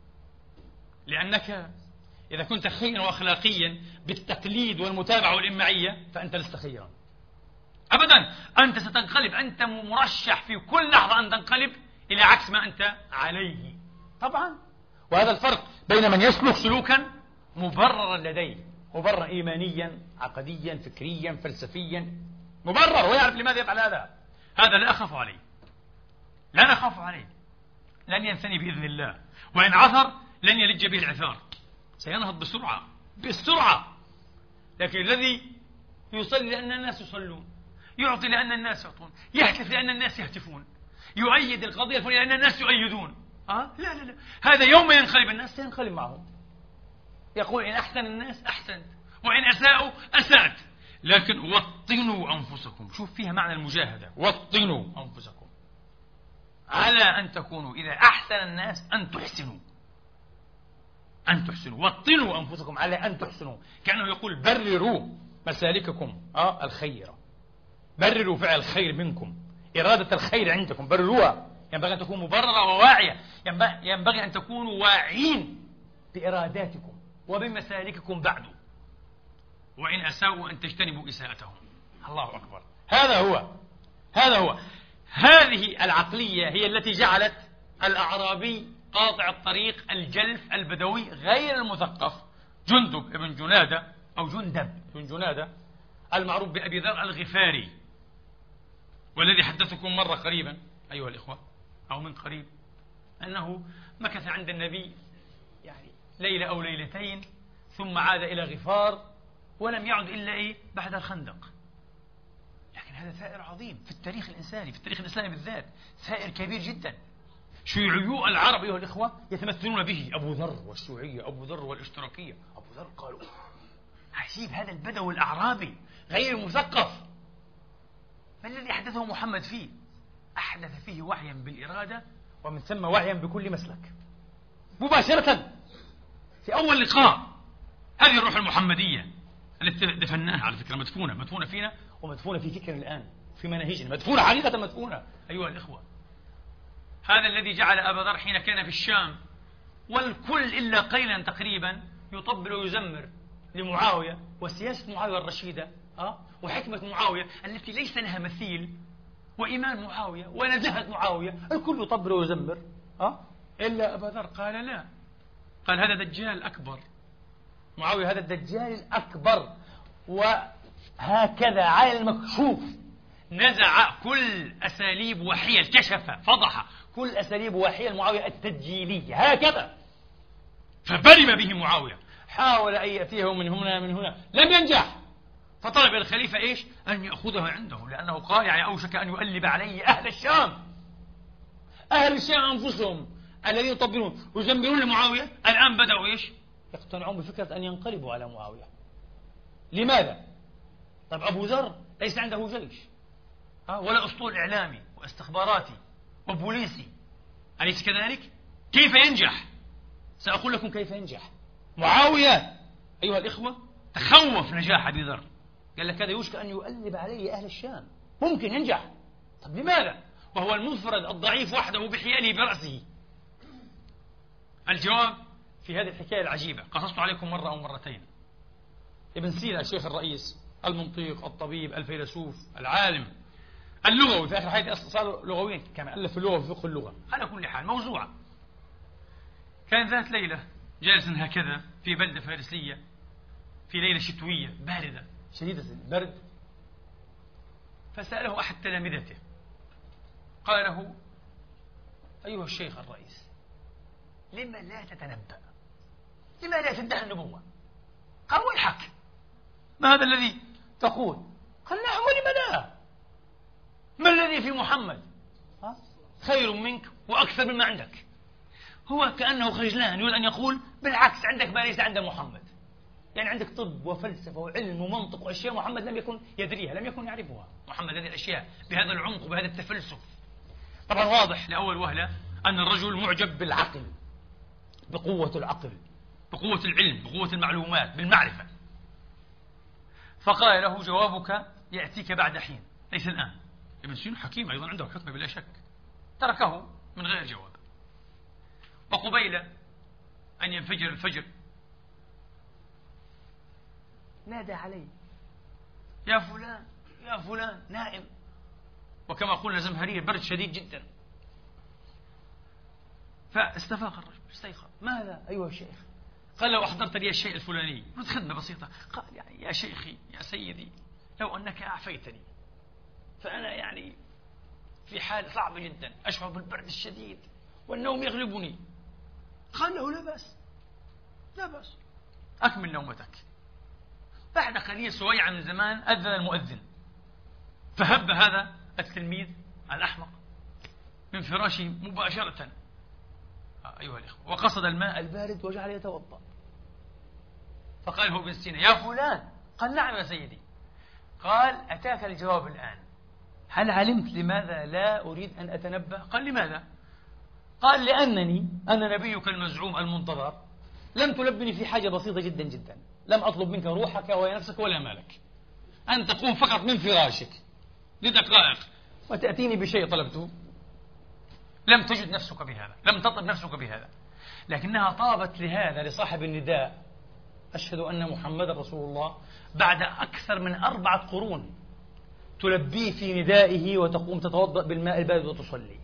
لأنك إذا كنت خيرا وأخلاقيا بالتقليد والمتابعة والإمعية فأنت لست خيرا أبدا. أنت ستنقلب، أنت مرشح في كل لحظة أن تنقلب إلى عكس ما أنت عليه طبعا. وهذا الفرق بين من يسلك سلوكا مبررا لديه، مبرر إيمانيا عقديا فكريا فلسفيا، مبرر ويعرف لماذا يفعل هذا. هذا لا أخاف عليه، لا نخاف عليه، لن ينثني بإذن الله، وإن عثر لن يلج به العثار، سينهض بسرعة. لكن الذي يصلي لأن الناس يصلون، يعطي لأن الناس يعطون، يهتف لأن الناس يهتفون، يؤيد القضية لأن الناس يؤيدون، لا لا لا، هذا يوم ينقلب الناس سينقلب معهم. يقول إن أحسن الناس أحسنت، وإن أساءوا أسأت، لكن وطنوا أنفسكم. شوف فيها معنى المجاهدة، وطنوا أنفسكم على أن تكونوا إذا أحسن الناس أن تحسنوا، أن تحسنوا. وطنوا أنفسكم على أن تحسنوا، كأنه يقول برروا مسالككم الخيرة، برروا فعل الخير منكم، إرادة الخير عندكم برروها. ينبغي أن تكونوا مبررة وواعية، ينبغي أن تكونوا واعين بإراداتكم وبمسالككم بعد. وإن أساءوا أن تجتنبوا إساءتهم. الله أكبر. هذا هو هذه العقلية هي التي جعلت الأعرابي قاطع الطريق الجلف البدوي غير المثقف جندب بن جنادة أو جندب بن جنادة المعروف بأبي ذر الغفاري، والذي حدثكم مرة قريبا أيها الإخوة أو من قريب أنه مكث عند النبي يعني ليلة أو ليلتين ثم عاد إلى غفار ولم يعد إلا بعد الخندق. لكن هذا ثائر عظيم في التاريخ الإنساني، في التاريخ الإسلامي بالذات، ثائر كبير جدا. شيوعيو العرب أيها الإخوة يتمثلون به، أبو ذر والشيوعية، أبو ذر والاشتراكية. أبو ذر قالوا عجيب هذا البدوي الأعرابي غير مثقف، ما الذي أحدثه محمد فيه؟ أحدث فيه وعيا بالإرادة ومن ثم وعيا بكل مسلك مباشرة في أول لقاء. هذه الروح المحمدية التي دفناها على فكرة، مدفونة فينا ومدفونة في فكرنا الآن، في مناهجنا، مدفونة حقيقة، مدفونة أيها الإخوة. هذا الذي جعل أبا ذر حين كان في الشام والكل إلا قليلا تقريبا يطبل ويزمر لمعاوية وسياسة معاوية الرشيدة وحكمة معاوية التي ليس لها مثيل، وإيمان معاوية ونزهة معاوية، الكل يطبل ويزمر إلا أبا ذر قال لا، قال هذا دجال أكبر، معاوية هذا الدجال الأكبر. وهكذا على المكشوف نزع كل أساليب وحيل، كشف فضح كل أساليب وحيل معاوية التدجيلية هكذا، فبرم به معاوية. حاول أن يأتيه من هنا لم ينجح، فطلب الخليفة أن يأخذه عنده، لأنه قال يعني أوشك أن يؤلب عليه أهل الشام. أهل الشام أنفسهم الذين يطبلون ويزمرون لمعاوية الآن بدأوا يقتنعون بفكرة أن ينقلبوا على معاوية. لماذا؟ طيب أبو ذر ليس عنده جيش ولا أسطول إعلامي واستخباراتي وبوليسي، أليس كذلك؟ كيف ينجح؟ سأقول لكم كيف ينجح. معاوية أيها الإخوة تخوف نجاح أبي ذر، قال لك هذا يوشك أن يؤلب عليه أهل الشام، ممكن ينجح. طب لماذا؟ وهو المنفرد الضعيف وحده بحياله برأسه. الجواب في هذه الحكاية العجيبة قصصت عليكم مرة أو مرتين. ابن سينا الشيخ الرئيس المنطق الطبيب الفيلسوف العالم اللغوي، في آخر حياته صار لغويا، كان ألف في اللغة وفي فقه اللغة. على كل حال موزوعة. كان ذات ليلة جالسا هكذا في بلدة فارسية في ليلة شتوية باردة شديدة البرد، فسأله أحد تلامذته قال له أيها الشيخ الرئيس لما لا تتنبأ؟ لما لا تدعي النبوة؟ قال ويحك، ما هذا الذي تقول؟ قال نعم ولم لا، ما الذي في محمد خير منك وأكثر مما عندك. هو كأنه خجلان يريد أن يقول بالعكس عندك ما ليس عند محمد، يعني عندك طب وفلسفة وعلم ومنطق وأشياء محمد لم يكن يدريها، لم يكن يعرفها محمد هذه الأشياء بهذا العمق وبهذا التفلسف. طبعا واضح لأول وهلة أن الرجل معجب بالعقل، بقوة العقل، بقوة العلم، بقوة المعلومات، بالمعرفة. فقال له جوابك يأتيك بعد حين، ليس الآن. ابن سينا حكيم أيضا عنده حكمة بلا شك، تركه من غير جواب. وقبيل أن ينفجر الفجر نادى علي يا فلان يا فلان، نائم، وكما قلنا زمهرير برد شديد جدا. فاستفاق الرجل استيقظ، ماذا أيها الشيخ؟ قال لو أحضرت لي الشيء الفلاني، خدمة بسيطة. قال يعني يا شيخي يا سيدي لو أنك أعفيتني، فأنا يعني في حال صعبة جدا، أشعر بالبرد الشديد والنوم يغلبني. قال له لا بأس لا بأس، أكمل نومتك. بعد قليل سويعا من زمان أذن المؤذن، فهب هذا التلميذ الأحمق من فراشه مباشرة أيها الإخوة، وقصد الماء البارد وجعل يتوضأ. فقال له ابن سينا: يا فلان. قال: نعم يا سيدي. قال: أتاك الجواب الآن. هل علمت لماذا لا أريد أن أتنبه؟ قال: لماذا؟ قال: لأنني أنا نبيك المزعوم المنتظر لم تلبني في حاجة بسيطة جدا جدا. لم أطلب منك روحك ولا نفسك ولا مالك، أن تقوم فقط من فراشك لدقائق وتأتيني بشيء طلبته. لم تجد نفسك بهذا، لم تطلب نفسك بهذا، لكنها طابت لهذا لصاحب النداء: أشهد أن محمد رسول الله، بعد أكثر من 4 قرون تلبيه في ندائه وتقوم تتوضأ بالماء البارد وتصلي.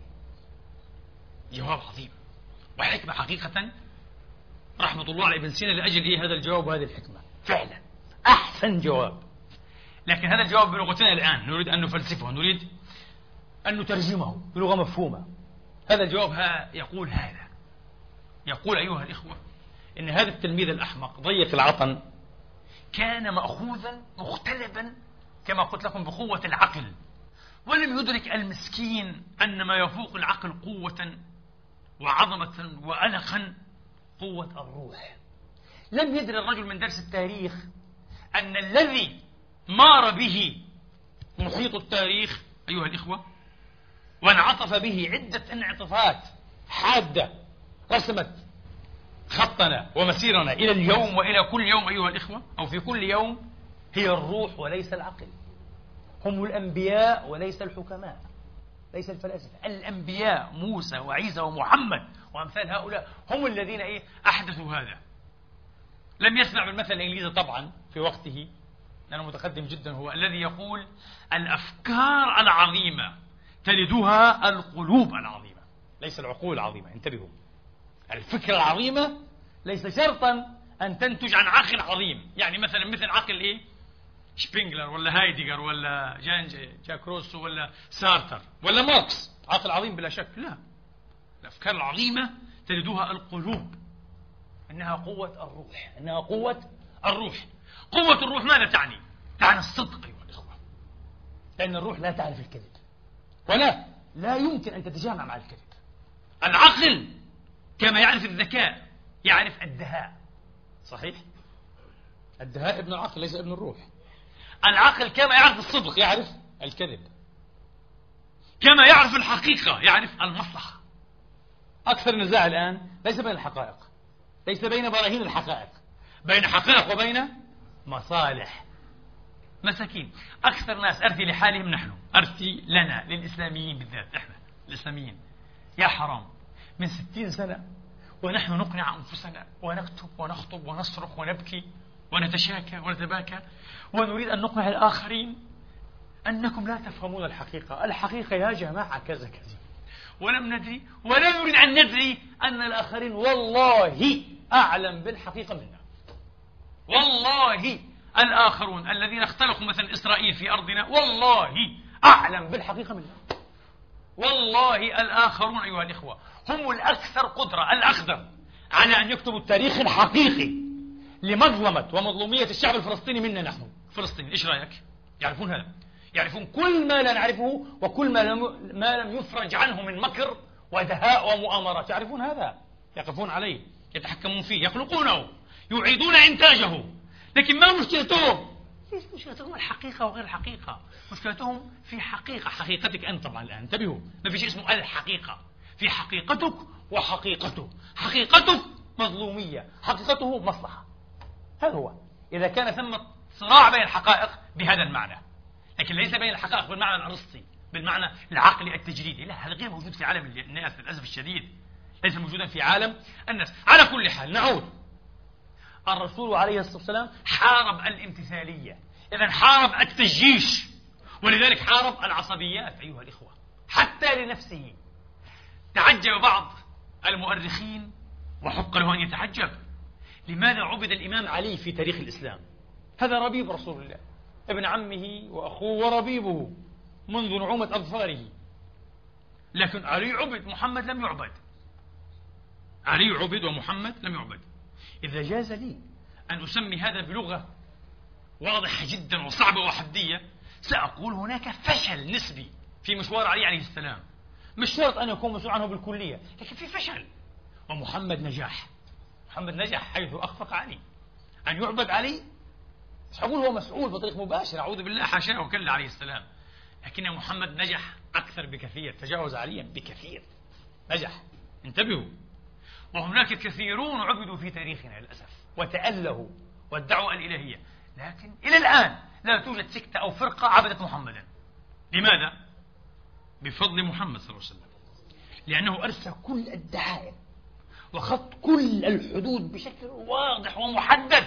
جواب عظيم وحكمة حقيقة، رحمة الله على ابن سينا لأجل هذا الجواب وهذه الحكمة. فعلا أحسن جواب. لكن هذا الجواب بلغتنا الآن نريد أن نفلسفه، نريد أن نترجمه بلغة مفهومة. هذا الجواب يقول هذا، يقول أيها الإخوة إن هذا التلميذ الأحمق ضيق العطن كان مأخوذا مختلبا كما قلت لكم بقوة العقل، ولم يدرك المسكين أن ما يفوق العقل قوة وعظمة وألقا قوة الروح. لم يدري الرجل من درس التاريخ أن الذي مار به محيط التاريخ أيها الإخوة وانعطف به عدة انعطافات حادة رسمت خطنا ومسيرنا إلى اليوم وإلى كل يوم أيها الإخوة، أو في كل يوم، هي الروح وليس العقل. هم الأنبياء وليس الحكماء، ليس الفلاسفة. الأنبياء موسى وعيسى ومحمد وأمثال هؤلاء هم الذين أحدثوا هذا. لم يسمع بالمثل الإنجليزي طبعا في وقته لأنه متقدم جدا، هو الذي يقول: الأفكار العظيمة تلدها القلوب العظيمة، ليس العقول العظيمة. انتبهوا، الفكرة العظيمة ليس شرطا أن تنتج عن عقل عظيم. يعني مثل عقل شبينجلر ولا هايديغر ولا جاك روسو ولا سارتر ولا ماركس، عقل عظيم بلا شك. لا، الأفكار العظيمة تلدها القلوب، إنها قوة الروح، إنها قوة الروح. قوة الروح ماذا تعني؟ تعني الصدق أيها الإخوة، لأن الروح لا تعرف الكذب ولا لا يمكن أن تتجامع مع الكذب. العقل كما يعرف الذكاء يعرف الدهاء، صحيح؟ الدهاء ابن العقل ليس ابن الروح. العقل كما يعرف الصدق يعرف الكذب، كما يعرف الحقيقة يعرف المصلحة. أكثر النزاع الآن ليس بين الحقائق، ليس بين براهين الحقائق، بين حقائق وبين مصالح. مساكين أكثر ناس أرثي لحالهم، نحن أرثي لنا للإسلاميين بالذات، إحنا الإسلاميين. يا حرام، من 60 سنة ونحن نقنع أنفسنا ونكتب ونخطب ونصرخ ونبكي ونتشاكى ونتباكى ونريد أن نقنع الآخرين أنكم لا تفهمون الحقيقة. الحقيقة يا جماعة كذا كذا، ولم ندري ولا نريد أن ندري أن الآخرين والله أعلم بالحقيقة منا. والله الآخرون الذين اختلقوا مثلا إسرائيل في أرضنا والله أعلم بالحقيقة منا. والله الآخرون أيها الإخوة هم الأكثر قدرة، الأقدر على أن يكتبوا التاريخ الحقيقي لمظلمة ومظلومية الشعب الفلسطيني منا نحن. فلسطين إيش رأيك؟ يعرفون هذا، يعرفون كل ما لا نعرفه وكل ما لم يفرج عنه من مكر ودهاء ومؤامرات، يعرفون هذا، يقفون عليه، يتحكمون فيه، يخلقونه، يعيدون إنتاجه. لكن ما مشكلتهم؟ ليش مشكلتهم الحقيقة وغير الحقيقة؟ مشكلتهم في حقيقتك أنت طبعا. الآن انتبهوا، ما في شيء اسمه الحقيقة، في حقيقتك وحقيقته. حقيقتك مظلومية، حقيقته مصلحة. هذا هو. إذا كان ثم صراع بين الحقائق بهذا المعنى، لكن ليس بين الحقائق بالمعنى الأرسطي، بالمعنى العقلي التجريدي، لا، هذا غير موجود في عالم الناس للأسف الشديد، ليس موجودا في عالم الناس. على كل حال نعود. الرسول عليه الصلاة والسلام حارب الامتثالية، إذن حارب التجيش، ولذلك حارب العصبيات أيها الإخوة حتى لنفسه. تعجب بعض المؤرخين وحق له أن يتعجب، لماذا عبد الإمام علي في تاريخ الإسلام؟ هذا ربيب رسول الله، ابن عمه وأخوه وربيبه منذ نعومة أظفاره، لكن علي عبد، محمد لم يعبد. علي عبد ومحمد لم يعبد. إذا جاز لي أن أسمي هذا بلغة واضحة جدا وصعبة وحدية، سأقول هناك فشل نسبي في مشوار علي عليه السلام. مش شرط أن يكون مسؤول عنه بالكلية، لكن في فشل. ومحمد نجاح. محمد نجح حيث أخفق علي أن يعبد علي. مش هقول هو مسؤول بطريق مباشر، أعوذ بالله، حاشاه وكلا عليه السلام، لكن محمد نجح أكثر بكثير، تجاوز عليا بكثير، نجح. انتبهوا. وهناك كثيرون عبدوا في تاريخنا للأسف وتألهوا وادعوا الإلهية، لكن إلى الآن لا توجد سكتة أو فرقة عبدت محمدا. لماذا؟ بفضل محمد صلى الله عليه وسلم، لأنه أرسى كل الدعائم وخط كل الحدود بشكل واضح ومحدد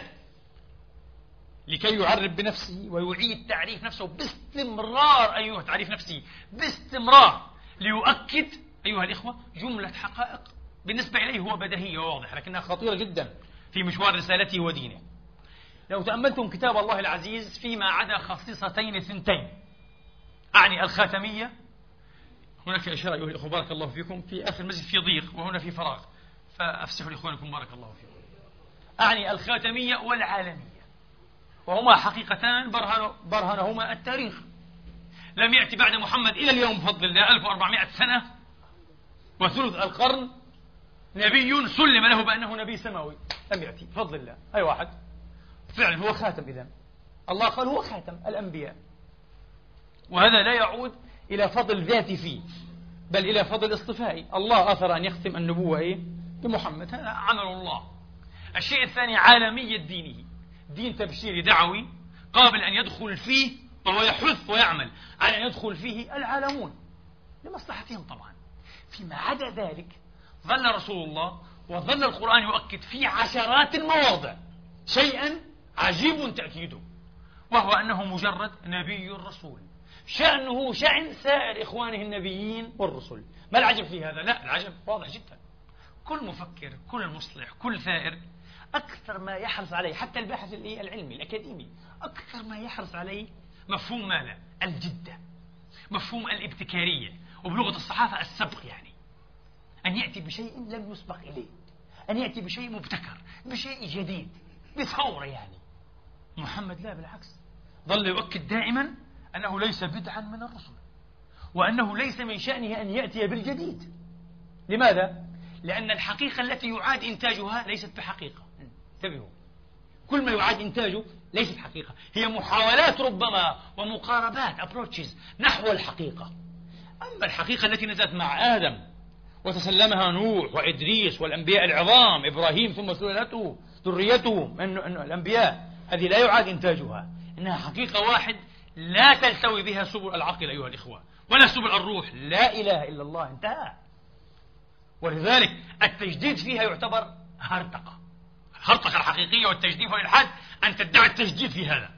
لكي يعرف بنفسه ويعيد تعريف نفسه باستمرار. أيها تعريف نفسه باستمرار، ليؤكد أيها الإخوة جملة حقائق بالنسبة إليه هو بديهية وواضحة، لكنها خطيرة جدا في مشوار رسالته ودينه. لو تأملتم كتاب الله العزيز فيما عدا خصيصتين ثنتين، أعني الخاتمية، هناك إشارة أيها الإخوة بارك الله فيكم، في آخر المسجد في ضيق وهنا في فراغ، فأفسحوا لإخوانكم بارك الله فيكم. أعني الخاتمية والعالمية، وهما حقيقتان برهنهما التاريخ. لم يأتي بعد محمد إلى اليوم بفضل الله 1400 سنة وثلث القرن نبي سلم له بأنه نبي سماوي، لم يأتي بفضل الله أي واحد. فعلا هو خاتم، إذن الله قال هو خاتم الأنبياء، وهذا لا يعود إلى فضل ذاتي فيه بل إلى فضل اصطفائي. الله أثر أن يختم النبوة بمحمد، هذا عمل الله. الشيء الثاني عالمية دينه، دين تبشيري دعوي قابل أن يدخل فيه، وهو يحث ويعمل على أن يدخل فيه العالمون لمصلحتهم طبعا. فيما عدا ذلك ظل رسول الله وظل القرآن يؤكد في عشرات المواضع شيئا عجيب تأكيده، وهو أنه مجرد نبي رسول، شأنه شأن سائر إخوانه النبيين والرسل. ما العجب في هذا؟ لا، العجب واضح جدا. كل مفكر، كل مصلح، كل ثائر أكثر ما يحرص عليه، حتى الباحث العلمي الأكاديمي، أكثر ما يحرص عليه مفهوم ماذا؟ الجدة، مفهوم الابتكارية، وبلغة الصحافة السبق، يعني أن يأتي بشيء لم يسبق إليه، أن يأتي بشيء مبتكر، بشيء جديد، بثورة. يعني محمد لا، بالعكس، ظل يؤكد دائما أنه ليس بدعا من الرسل، وأنه ليس من شأنه أن يأتي بالجديد. لماذا؟ لأن الحقيقة التي يعاد إنتاجها ليست بحقيقة. انتبهوا، كل ما يعاد إنتاجه ليست حقيقة، هي محاولات ربما ومقاربات approaches نحو الحقيقة. أما الحقيقة التي نزلت مع آدم وتسلمها نوح وإدريس والأنبياء العظام، إبراهيم ثم سلالته ذريته من الأنبياء، هذه لا يعاد إنتاجها، إنها حقيقة واحد لا تلتوي بها سبل العقل أيها الإخوة ولا سبل الروح. لا إله إلا الله، انتهى. ولذلك التجديد فيها يعتبر هرطقة. الهرطقة الحقيقية والتجديد والإلحاد أن تدعي التجديد في هذا،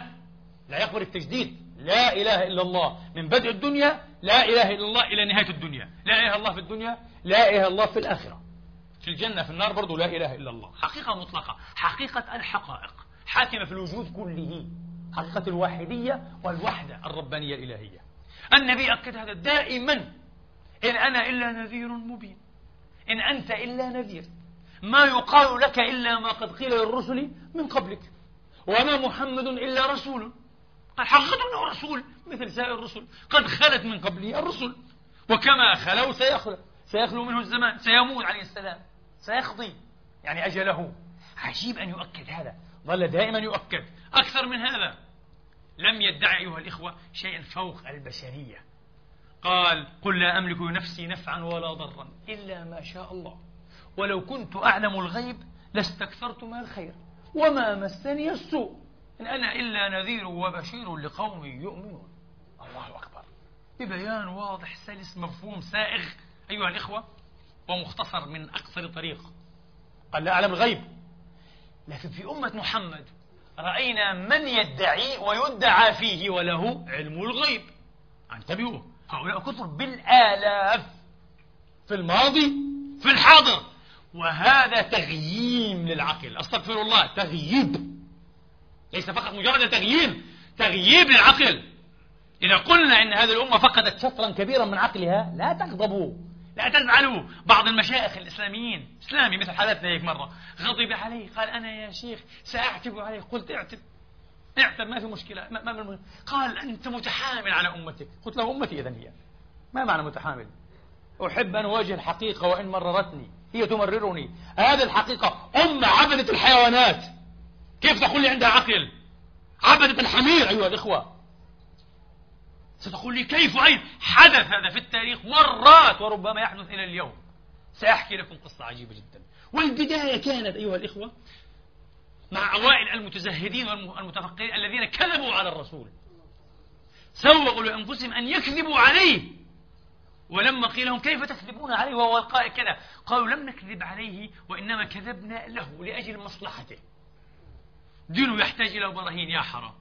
لا يقبل التجديد. لا إله إلا الله من بدء الدنيا، لا إله إلا الله إلى نهاية الدنيا، لا إله إلا الله في الدنيا، لا إله إلا الله في الآخرة، في الجنة في النار برضو لا إله إلا الله. حقيقة مطلقة، حقيقة الحقائق حاكمة في الوجود كله، حقيقة الواحدية والوحدة الربانية الإلهية. النبي أكد هذا دائما: إن أنا إلا نذير مبين، إن أنت إلا نذير، ما يقال لك إلا ما قد قيل للرسل من قبلك، وما محمد إلا رسول. حقيقة أنه رسول مثل سائر الرسل، قد خلت من قبله الرسل، وكما خلوا سيخلو منه الزمان، سيموت عليه السلام، سيقضي يعني أجله. عجيب أن يؤكد هذا، ظل دائما يؤكد. أكثر من هذا لم يدعي أيها الإخوة شيئا فوق البشرية. قال: قل لا أملك لنفسي نفعا ولا ضرا إلا ما شاء الله، ولو كنت أعلم الغيب لاستكثرت من الخير وما مسني السوء، إن أنا إلا نذير وبشير لقوم يؤمنون. الله أكبر، ببيان واضح سلس مفهوم سائغ أيها الإخوة ومختصر من أقصر طريق. قال: لا أعلم الغيب. لكن في أمة محمد رأينا من يدعي ويدعى فيه وله علم الغيب. انتبهوا، هؤلاء كثر بالآلاف في الماضي في الحاضر، وهذا تغييم للعقل. أستغفر الله، تغييب، ليس فقط مجرد تغييب للعقل. إذا قلنا إن هذه الأمة فقدت شطرا كبيرا من عقلها لا تغضبوا، لا تزعلوا. بعض المشايخ الإسلاميين، إسلامي مثل حالتنا هيك مرة، غضب علي، قال: أنا يا شيخ سأعتب عليه. قلت: اعتب ما في مشكلة، ما قال: أنت متحامل على أمتك. قلت له: أمتي إذن هي، ما معنى متحامل؟ أحب أن أواجه الحقيقة وإن مررتني، هي تمررني. هذه الحقيقة. عبدت الحيوانات، كيف تقول لي عندها عقل؟ عبدت الحمير أيها الإخوة. ستقول لي كيف؟ أين حدث هذا في التاريخ مرات، وربما يحدث إلى اليوم. سأحكي لكم قصة عجيبة جدا. والبداية كانت أيها الإخوة مع أوائل المتزهدين والمتفقهين الذين كذبوا على الرسول، سوغوا لأنفسهم أن يكذبوا عليه. ولما قيل لهم كيف تكذبون عليه وهو القائل كذا، قالوا لم نكذب عليه وإنما كذبنا له لأجل مصلحته. دينه يحتاج إلى براهين يا حرام.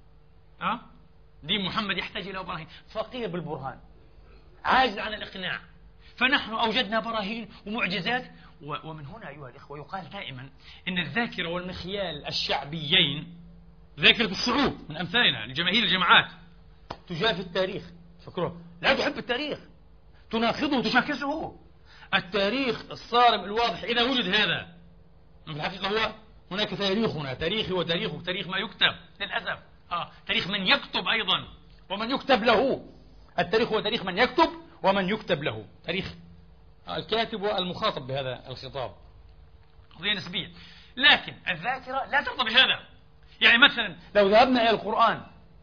دين محمد يحتاج إلى براهين، فقير بالبرهان، عاجز عن الإقناع. فنحن أوجدنا براهين ومعجزات. ومن هنا أيها الإخوة يقال دائما إن الذاكرة والمخيال الشعبيين، ذاكرة الشعوب من أمثالنا لجماهير الجماعات، تجافي التاريخ. فكره لا تحب التاريخ، تناقضه وتشاكسه. التاريخ الصارم الواضح إذا وجد هذا، في الحقيقة هو هناك تاريخنا، تاريخي وتاريخك، تاريخ ما يكتب للأسف. تاريخ من يكتب أيضا ومن يكتب له. التاريخ هو تاريخ من يكتب ومن يكتب له، تاريخ الكاتب والمخاطب بهذا الخطاب، قضية نسبية. لكن الذاكرة لا ترضى بهذا. يعني مثلا لو ذهبنا إلى القرآن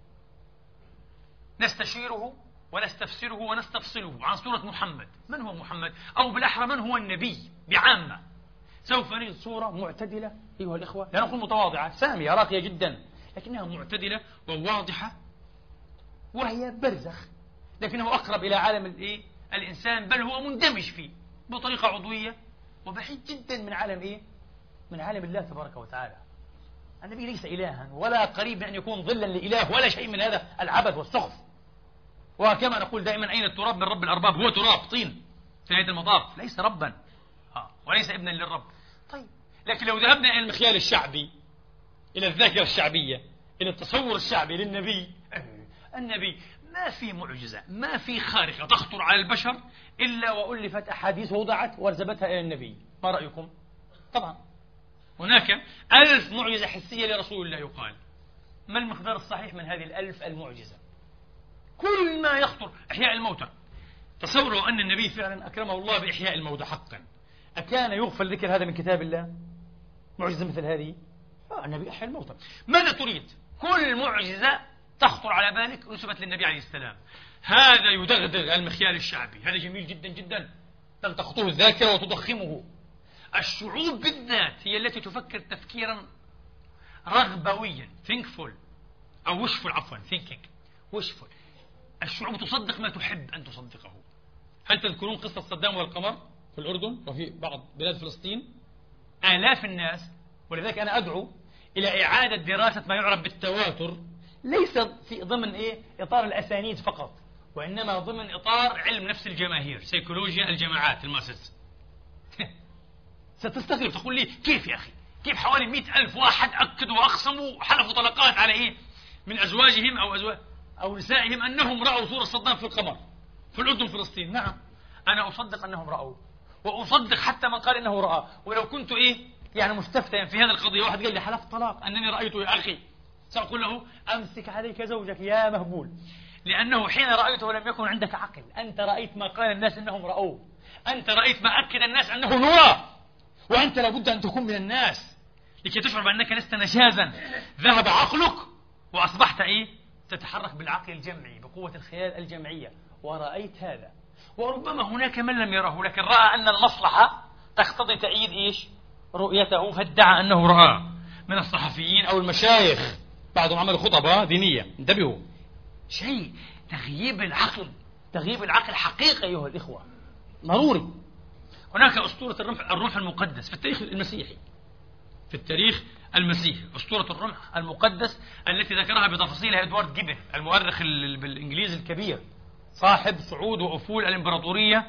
نستشيره ونستفسره ونستفصله عن سورة محمد، من هو محمد؟ أو بالأحرى من هو النبي بعامة، سوف نجد صورة معتدلة أيها الإخوة، لا نقول متواضعة، سامية راقية جدا، لكنها معتدلة وواضحة، وهي برزخ، لكنه أقرب إلى عالم الإنسان، بل هو مندمج فيه بطريقة عضوية، وبعيد جدا من عالم من عالم الله تبارك وتعالى. النبي ليس إلها ولا قريب من أن يكون ظلا لإله ولا شيء من هذا العبث والسخف. وكما نقول دائما أين التراب من رب الأرباب؟ هو تراب طين في نهاية المطاف، ليس ربا وليس ابنا للرب. طيب، لكن لو ذهبنا إلى المخيال الشعبي، إلى الذاكرة الشعبية، إلى التصور الشعبي للنبي، النبي ما في معجزة، ما في خارقة تخطر على البشر إلا وألفت أحاديث ووضعت وارزبتها إلى النبي. ما رأيكم؟ طبعا هناك 1000 معجزة حسية لرسول الله يقال. ما المقدار الصحيح من هذه 1000 المعجزة؟ كل ما يخطر. إحياء الموتى، تصوروا أن النبي فعلا أكرمه الله بإحياء الموتى حقا. أكان يغفل ذكر هذا من كتاب الله؟ معجزة مثل هذه؟ النبي أحيا الموتى. ماذا تريد؟ كل معجزة تخطر على بالك نسبت للنبي عليه السلام. هذا يدغدغ المخيال الشعبي، هذا جميل جدا جدا، تلتقطه الذاكرة وتضخمه. الشعوب بالذات هي التي تفكر تفكيرا رغبويا، thinkful أو wishful، عفوا thinking wishful. الشعوب تصدق ما تحب أن تصدقه. هل تذكرون قصة صدام والقمر في الأردن وفي بعض بلاد فلسطين؟ آلاف الناس. ولذلك أنا أدعو إلى إعادة دراسة ما يعرف بالتواتر، ليس في ضمن إطار الأسانيد فقط، وإنما ضمن إطار علم نفس الجماهير، سيكولوجيا الجماعات، الماسس. ستستغرب، تقول لي كيف يا أخي؟ كيف حوالي 100,000 واحد أكدوا وأقسموا وحلفوا طلقات على من أزواجهم أو نسائهم أنهم رأوا صورة صدام في القمر في الأردن فلسطين؟ نعم، أنا أصدق أنهم رأوا، وأصدق حتى من قال إنه رأى. ولو كنت يعني مستفتيا في هذه القضية، واحد قال لي حلفت طلاق أنني رأيته يا أخي، سأقول له أمسك عليك زوجك يا مهبول، لأنه حين رأيته لم يكن عندك عقل. أنت رأيت ما قال الناس أنهم رأوه، أنت رأيت ما أكد الناس أنه نرى، وأنت لابد أن تكون من الناس لكي تشعر بأنك لست نشازا. ذهب عقلك وأصبحت تتحرك بالعقل الجمعي، بقوة الخيال الجمعية، ورأيت هذا. وربما هناك من لم يره، لكن رأى أن المصلحة تقتضي تأييد رؤيته، فادعى أنه رأى، من الصحفيين أو المشايخ، بعضهم عملوا خطبة دينية. انتبهوا، شيء تغييب العقل، تغييب العقل حقيقة أيها الإخوة، ضروري. هناك أسطورة الرمح المقدس في التاريخ المسيحي، في التاريخ المسيحي أسطورة الرمح المقدس التي ذكرها بتفاصيلها إدوارد جيبن، المؤرخ بالإنجليزي الكبير، صاحب صعود وأفول الإمبراطورية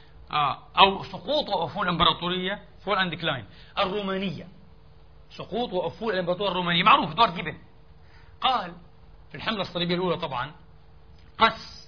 أو سقوط وأفول الإمبراطورية، فول أند ديكلاين الرومانية، سقوط وأفول الإمبراطورية الرومانية، معروف إدوارد جيبن. قال في الحملة الصليبية الأولى طبعا قس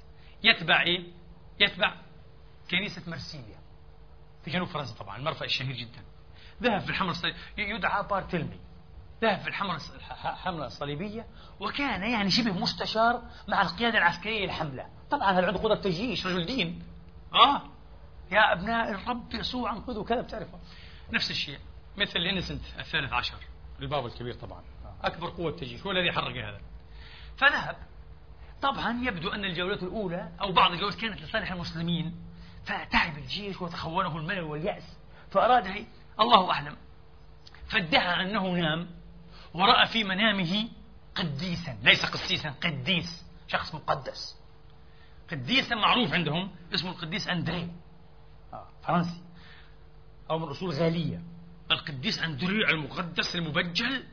يتبع كنيسة مرسيليا في جنوب فرنسا، طبعا المرفأ الشهير جدا. ذهب في الحملة الصليبية، يدعى بارتلمي، ذهب في الحملة الصليبية، وكان يعني شبه مستشار مع القيادة العسكرية للحملة. طبعا هل عنده قدرة تجيش، رجل دين، يا أبناء الرب يسوع انقذوا كذا، بتعرفوا. نفس الشيء مثل الإنسنت ال13 البابا الكبير طبعا أكبر قوة تجيش هو الذي حرك هذا. فذهب. طبعا يبدو أن الجولة الأولى أو بعض الجولات كانت لصالح المسلمين، فتعب الجيش وتخونه الملل واليأس، فأراد الله أعلم، فادعى أنه نام ورأى في منامه قديسا، ليس قسيسا، قديس، شخص مقدس. قديسا معروف عندهم اسمه القديس أندري، فرنسي أو من أصول غالية. القديس أندري المقدس المبجل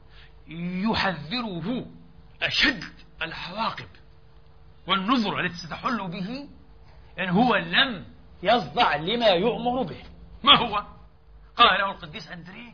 يحذره أشد العواقب والنذر التي ستحل به إن هو لم يصدع لما يؤمر به. ما هو؟ قال له القديس أندري: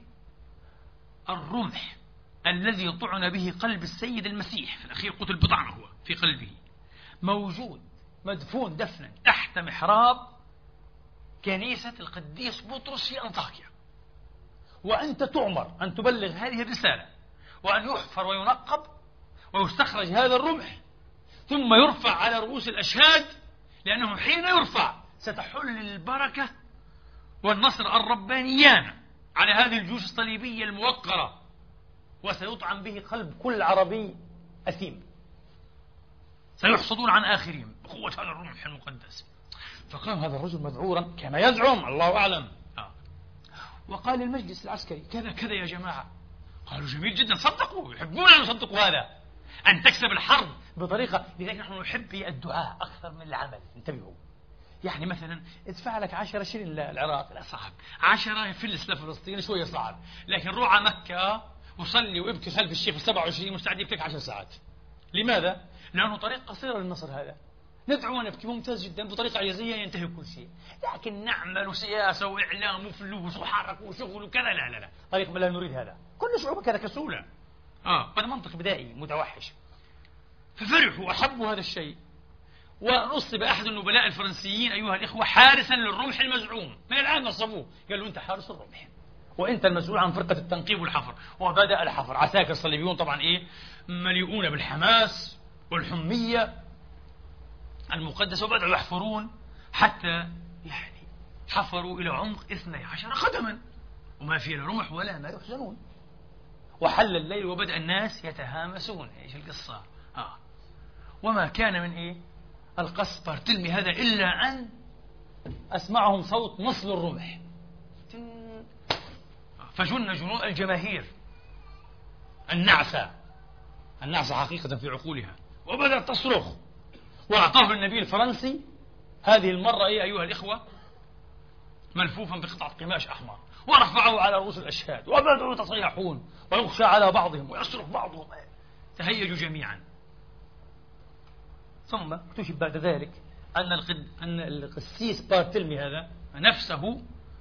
الرمح الذي طعن به قلب السيد المسيح، في الأخير قتل بطعنه هو في قلبه، موجود مدفون دفنا تحت محراب كنيسة القديس بطرس في أنطاكيا، وأنت تؤمر أن تبلغ هذه الرسالة، وأن يحفر وينقب ويستخرج هذا الرمح ثم يرفع على رؤوس الأشهاد، لأنه حين يرفع ستحل البركة والنصر الربانيان على هذه الجيوش الصليبية الموقرة، وسيطعن به قلب كل عربي أثيم، سيحصدون عن آخرهم بقوة هذا الرمح المقدس. فقام هذا الرجل مذعورا كما يزعم، الله أعلم، وقال للمجلس العسكري: كذا كذا يا جماعة. قالوا: جميل جدا، صدقوا، يحبون أن يصدقوا هذا، أن تكسب الحرب بطريقة. لذلك نحن نحب الدعاء أكثر من العمل. انتبهوا، يعني مثلا ادفع لك 10 شلن للعراق، لا صعب، 10 فلس لفلسطين شوية صعب، لكن روح على مكة وصلي وابكي خلف الشيخ 27 مستعد يبكيك 10 ساعات. لماذا؟ لأنه طريق قصير للنصر هذا. ندعو ونبكي ممتاز جدا، بطريقة عجزية ينتهي كل شيء، لكن نعمل سياسة وإعلام وفلوس وحركة وشغل وكذا، لا لا لا، طريق ما لا نريد هذا. كل شعوبك هذا كسولة. هذا منطق بدائي متوحش. ففرحوا وأحبوا هذا الشيء. ونصب أحد النبلاء الفرنسيين أيها الإخوة حارسا للرمح المزعوم، من الآن نصبوه، قالوا: أنت حارس الرمح وأنت المسؤول عن فرقة التنقيب والحفر. وبدأ الحفر، عساكر صليبيون طبعا مليئون بالحماس والحمية المقدسة، وبدأوا يحفرون حتى حفروا إلى عمق 12 قدما، وما فيه لا رمح ولا ما يحزنون. وحل الليل وبدأ الناس يتهامسون. إيش القصة؟ وما كان من القص بارتلمي هذا إلا أن أسمعهم صوت نصل الرمح، فجن جنود الجماهير النعسة حقيقة في عقولها، وبدأت تصرخ. وأعطاه النبي الفرنسي هذه المرة أيها الإخوة ملفوفا بقطعة قماش أحمر، ورفعه على رؤوس الأشهاد، وبدأوا يتصيحون ويغشى على بعضهم ويصرخ بعضهم، تهيجوا جميعا. ثم اكتشف بعد ذلك أن القسيس بارتلمي هذا نفسه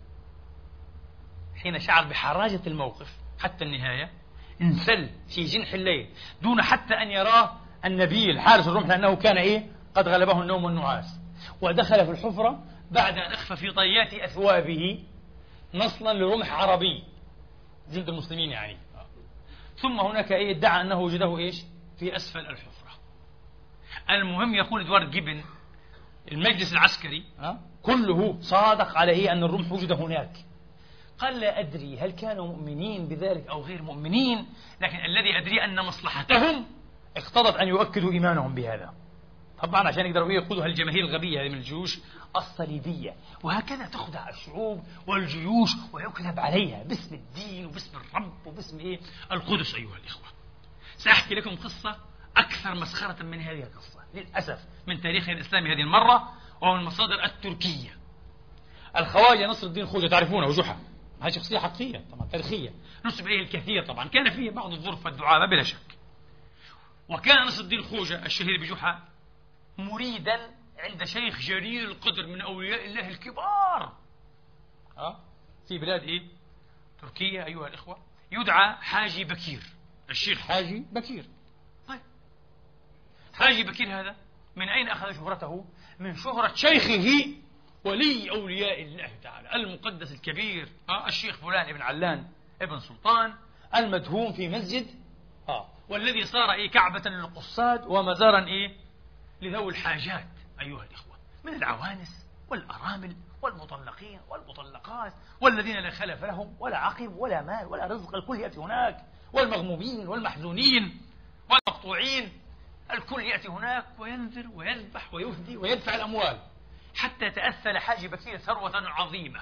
حين شعر بحراجة الموقف حتى النهاية انسل في جنح الليل دون حتى أن يراه النبي حارس الرمح، لأنه كان قد غلبه النوم والنعاس، ودخل في الحفرة بعد أن أخفى في طيات أثوابه نصلا لرمح عربي جلد المسلمين يعني. ثم هناك ادعى أنه وجده في أسفل الحفرة. المهم يقول إدوارد جيبن المجلس العسكري كله صادق على أن الرمح وجد هناك. قال: لا أدري هل كانوا مؤمنين بذلك أو غير مؤمنين، لكن الذي أدري أن مصلحتهم اقتضت أن يؤكدوا إيمانهم بهذا، طبعا عشان يقدروا يأخذوا هالجماهير الغبية هذه من الجيوش الصليبية. وهكذا تخدع الشعوب والجيوش ويكذب عليها باسم الدين وباسم الرب وباسم القدس. أيها الإخوة، سأحكي لكم قصة أكثر مسخرة من هذه القصة للأسف من تاريخ الإسلامي هذه المرة ومن المصادر التركية. الخواجة نصر الدين خوجة، تعرفونه، وجحا، هذه شخصية حقيقية طبعا تاريخية نسب إليه الكثير، طبعا كان فيه بعض الظروف والدعابة بلا شك. وكان نصر الدين خوجة الشهير بجحا مريدا عند شيخ جليل القدر من أولياء الله الكبار في بلاد تركيا أيها الإخوة، يدعى حاجي بكير، الشيخ حاجي بكير. طيب، حاجي بكير هذا من أين أخذ شهرته؟ من شهرة شيخه ولي أولياء الله تعالى المقدس الكبير الشيخ فلان ابن علان ابن سلطان المدهون في مسجد والذي صار كعبة للقصاد ومزارا لذوي الحاجات أيها الإخوة، من العوانس والأرامل والمطلقين والمطلقات والذين لا خلف لهم ولا عقب ولا مال ولا رزق، الكل يأتي هناك، والمغمومين والمحزونين والمقطوعين، الكل يأتي هناك وينذر ويذبح ويفدي ويدفع الأموال، حتى تأثل حاج بكير ثروة عظيمة،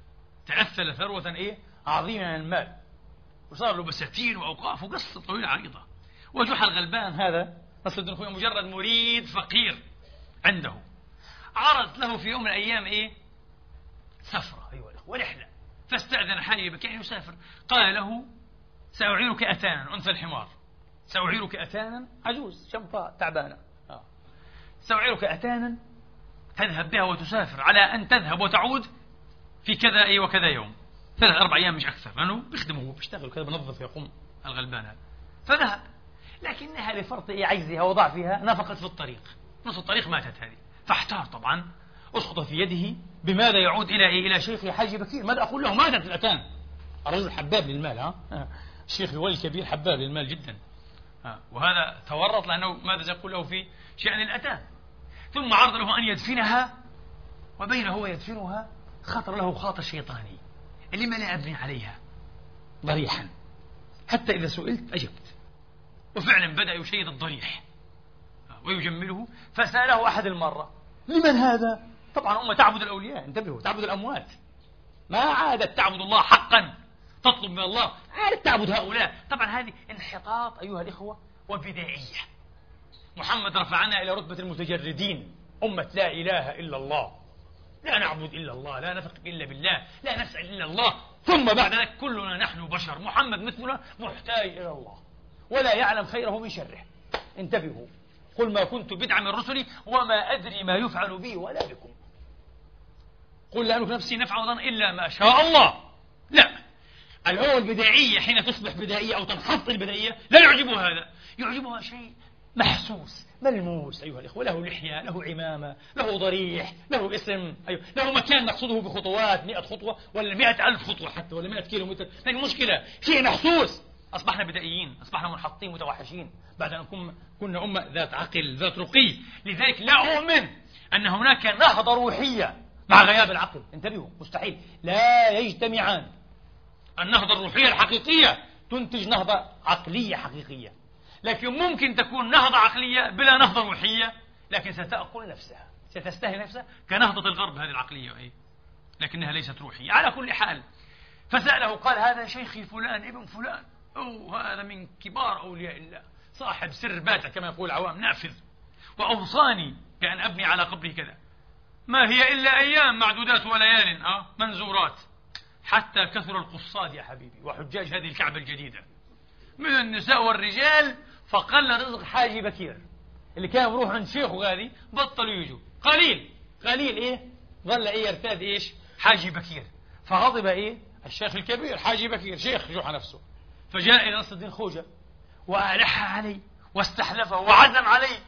تأثل ثروة عظيمة من المال، وصار له بساتين وأوقاف وقصة طويلة عريضة. وجحا الغلبان هذا نصر الدين خوي مجرد مريد فقير عنده، عرض له في يوم من الأيام سفرة أيها الأخوة ورحلة، فاستأذن حاج بكير أن يسافر. قال له: سأعيرك أتانا، أنثى الحمار، سأعيرك أتانا، عجوز شمطاء تعبانة، سأعيرك أتانا تذهب بها وتسافر، على أن تذهب وتعود في كذا وكذا يوم، 3-4 أيام مش أكثر، لأنه بيخدمه وبيشتغل كذا، بنظف يقوم الغلبان هذا. فذهب، لكنها لفرط عجزها وضعفها نفقت في الطريق، نصف الطريق ماتت هذه، فاحتار طبعا، أسقط في يده بماذا يعود إلى شيخ حاج بكير، ماذا أقول له؟ ماتت الأتان، الرجل حباب للمال، الشيخ الولي الكبير حباب للمال جدا، وهذا تورط لأنه ماذا سيقول له في شأن الأتان. ثم عرض له أن يدفنها، وبينه ويدفنها خطر له خاطر شيطاني: لما لا أبني عليها ضريحا حتى إذا سئلت أجبت. وفعلا بدأ يشيد الضريح ويجمله، فسأله أحد المرة: لمن هذا؟ طبعا أمة تعبد الأولياء، انتبهوا، تعبد الأموات، ما عادت تعبد الله حقا، تطلب من الله، عادت تعبد هؤلاء. طبعا هذه انحطاط أيها الإخوة وبدائية. محمد رفعنا إلى رتبة المتجردين، أمة لا إله إلا الله، لا نعبد إلا الله، لا نثق إلا بالله، لا نسأل إلا الله، ثم بعد ذلك كلنا نحن بشر، محمد مثلنا محتاج إلى الله ولا يعلم خيره من شره. انتبهوا، قل ما كنت بدعا من رسلي وما أدري ما يفعل بي ولا بكم، قل لا أملك نفسي نفعا وضرا إلا ما شاء الله. لا، الأول البدائية حين تصبح بدائية أو تنحط البدائية لا يعجبها هذا، يعجبها شيء محسوس ملموس أيها الإخوة، له لحية، له عمامة، له ضريح، له اسم، له مكان نقصده بخطوات، 100 خطوة ولا 100,000 خطوة حتى، ولا 100 كيلو متر، لكن مشكلة شيء محسوس. أصبحنا بدائيين، أصبحنا منحطين متوحشين بعد أن كنا أمة ذات عقل ذات رقي. لذلك لا أؤمن أن هناك نهضة روحية مع غياب العقل، انتبهوا، مستحيل، لا يجتمعان. النهضة الروحية الحقيقية تنتج نهضة عقلية حقيقية، لكن ممكن تكون نهضة عقلية بلا نهضة روحية، لكن ستأكل نفسها، ستستهل نفسها كنهضة الغرب هذه العقلية، لكنها ليست روحية. على كل حال، فسأله قال: هذا شيخي فلان ابن فلان، هذا من كبار أولياء الله، صاحب سر باتع كما يقول العوام، نافذ، وأوصاني بأن أبني على قبره كذا، ما هي إلا أيام معدودات وليال منزورات، حتى كثر القصاد يا حبيبي وحجاج هذه الكعبة الجديدة من النساء والرجال، فقل رزق حاج بكير اللي كان يروح عند شيخه غادي، بطلوا يجوا، قليل ظل يرتاد حاج بكير. فغضب الشيخ الكبير حاج بكير شيخ جحا نفسه، فجاء إلى نصر الدين خوجة وألح عليه واستحلفه وعزم عليه،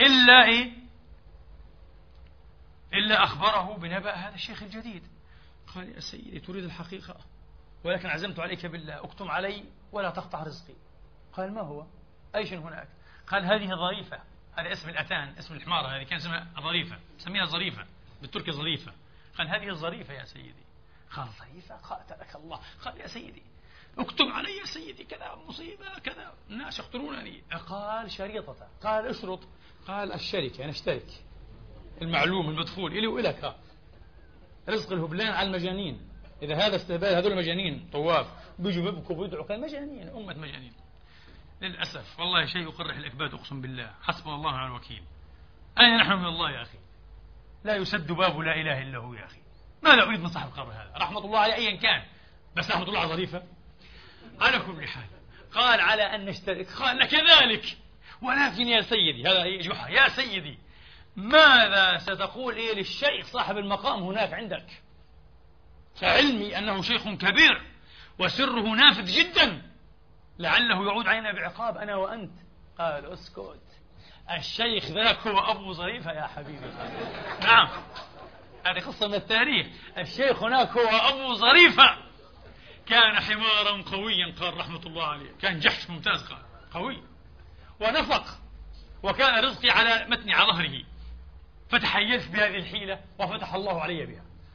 إلا أخبره بنبأ هذا الشيخ الجديد. قال: يا سيدي تريد الحقيقة، ولكن عزمت عليك بالله، اكتم علي ولا تقطع رزقي. قال: ما هو؟ أي شيء هناك؟ قال: هذه ظريفة، هذا اسم الأتان، اسم الحمارة هذه كان اسمها ظريفة، سميها ظريفة بالتركي ظريفة. قال: هذه الظريفة يا سيدي. قال: ظريفة؟ قاتلك الله. قال: يا سيدي اكتب علي يا سيدي، كذا مصيبة كذا، الناس يقتلونني. قال: شريطة. قال: اشرط. قال: الشركة، نشترك، المعلوم المدخول إلي وإلك، رزق الهبلان على المجانين، إذا هذا استهبال، هذول مجانين طواف بيجوا بيبكوا ويدعوا، كان مجانين، أمة مجانين. للأسف والله شيء يقرح الأكباد، أقسم بالله، حسبنا الله على الوكيل. أين نحن من الله يا أخي؟ لا يسد باب لا إله إلا هو يا أخي. ماذا أريد من صاحب القبر هذا؟ رحمة الله عليه أيا كان، بس رحمة الله على ظريفة. على كل حال، قال: على أن نشترك. قال: كذلك، ولكن يا سيدي، هذا جحا، يا سيدي ماذا ستقول للشيخ صاحب المقام هناك عندك؟ فعلمي أنه شيخ كبير وسره نافذ جدا، لعله يعود علينا بعقاب أنا وأنت. قال: اسكت، الشيخ ذاك هو أبو ظريفة يا حبيبي. نعم، هذه قصة من التاريخ. الشيخ هناك هو أبو ظريفة، كان حمارا قويا، قال رحمة الله عليه، كان جحش ممتاز، قال قوي ونفق، وكان رزقي على متني على ظهره، فتحيلت بهذه الحيلة وفتح الله علي بها.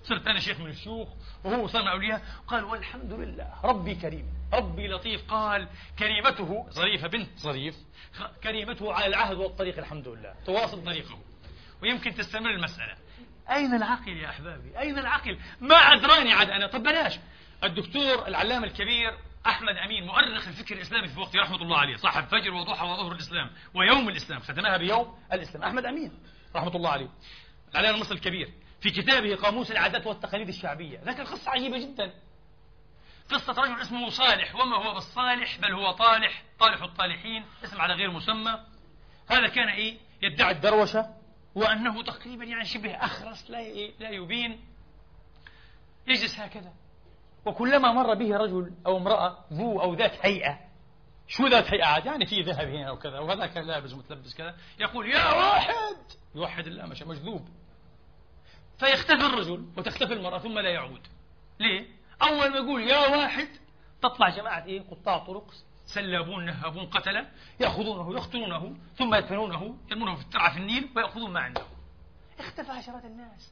صرت أنا شيخ من الشيوخ وهو صار من الأولياء. قال والحمد لله ربي كريم ربي لطيف. قال كريمته ظريفة بنت ظريف، كريمته على العهد والطريق الحمد لله، تواصل طريقه ويمكن تستمر المسألة. أين العقل يا أحبابي؟ أين العقل؟ ما أدراني عاد أنا. طب بلاش. الدكتور العلامة الكبير أحمد أمين مؤرخ الفكر الإسلامي في وقته رحمة الله عليه، صاحب فجر وضحى وظهر الإسلام ويوم الإسلام، ختمها بيوم الإسلام. أحمد أمين رحمة الله عليه العلامة المصري الكبير، في كتابه قاموس العادات والتقاليد الشعبية ذكر قصة عجيبة جدا. قصة رجل اسمه صالح، وما هو بالصالح بل هو طالح، طالح الطالحين، اسم على غير مسمى. هذا كان يدعي الدروشة، وأنه تقريبا يعني شبه أخرس لا يبين، يجلس هكذا. وكلما مر به رجل أو امرأة ذو أو ذات هيئة، شو ذات هيئة عاد؟ يعني في ذهب هنا وكذا، وهذاك لابس متلبس كذا، يقول يا واحد، يوحد الله مجذوب. فيختفي الرجل وتختفي المرأة ثم لا يعود. ليه؟ أول ما يقول يا واحد تطلع جماعة قطاع طرق سلابون نهابون قتلة، يأخذونه يقتلونه ثم يدفنونه، يرمونه في الترعة في النيل ويأخذون ما عنده. اختفى عشرات الناس.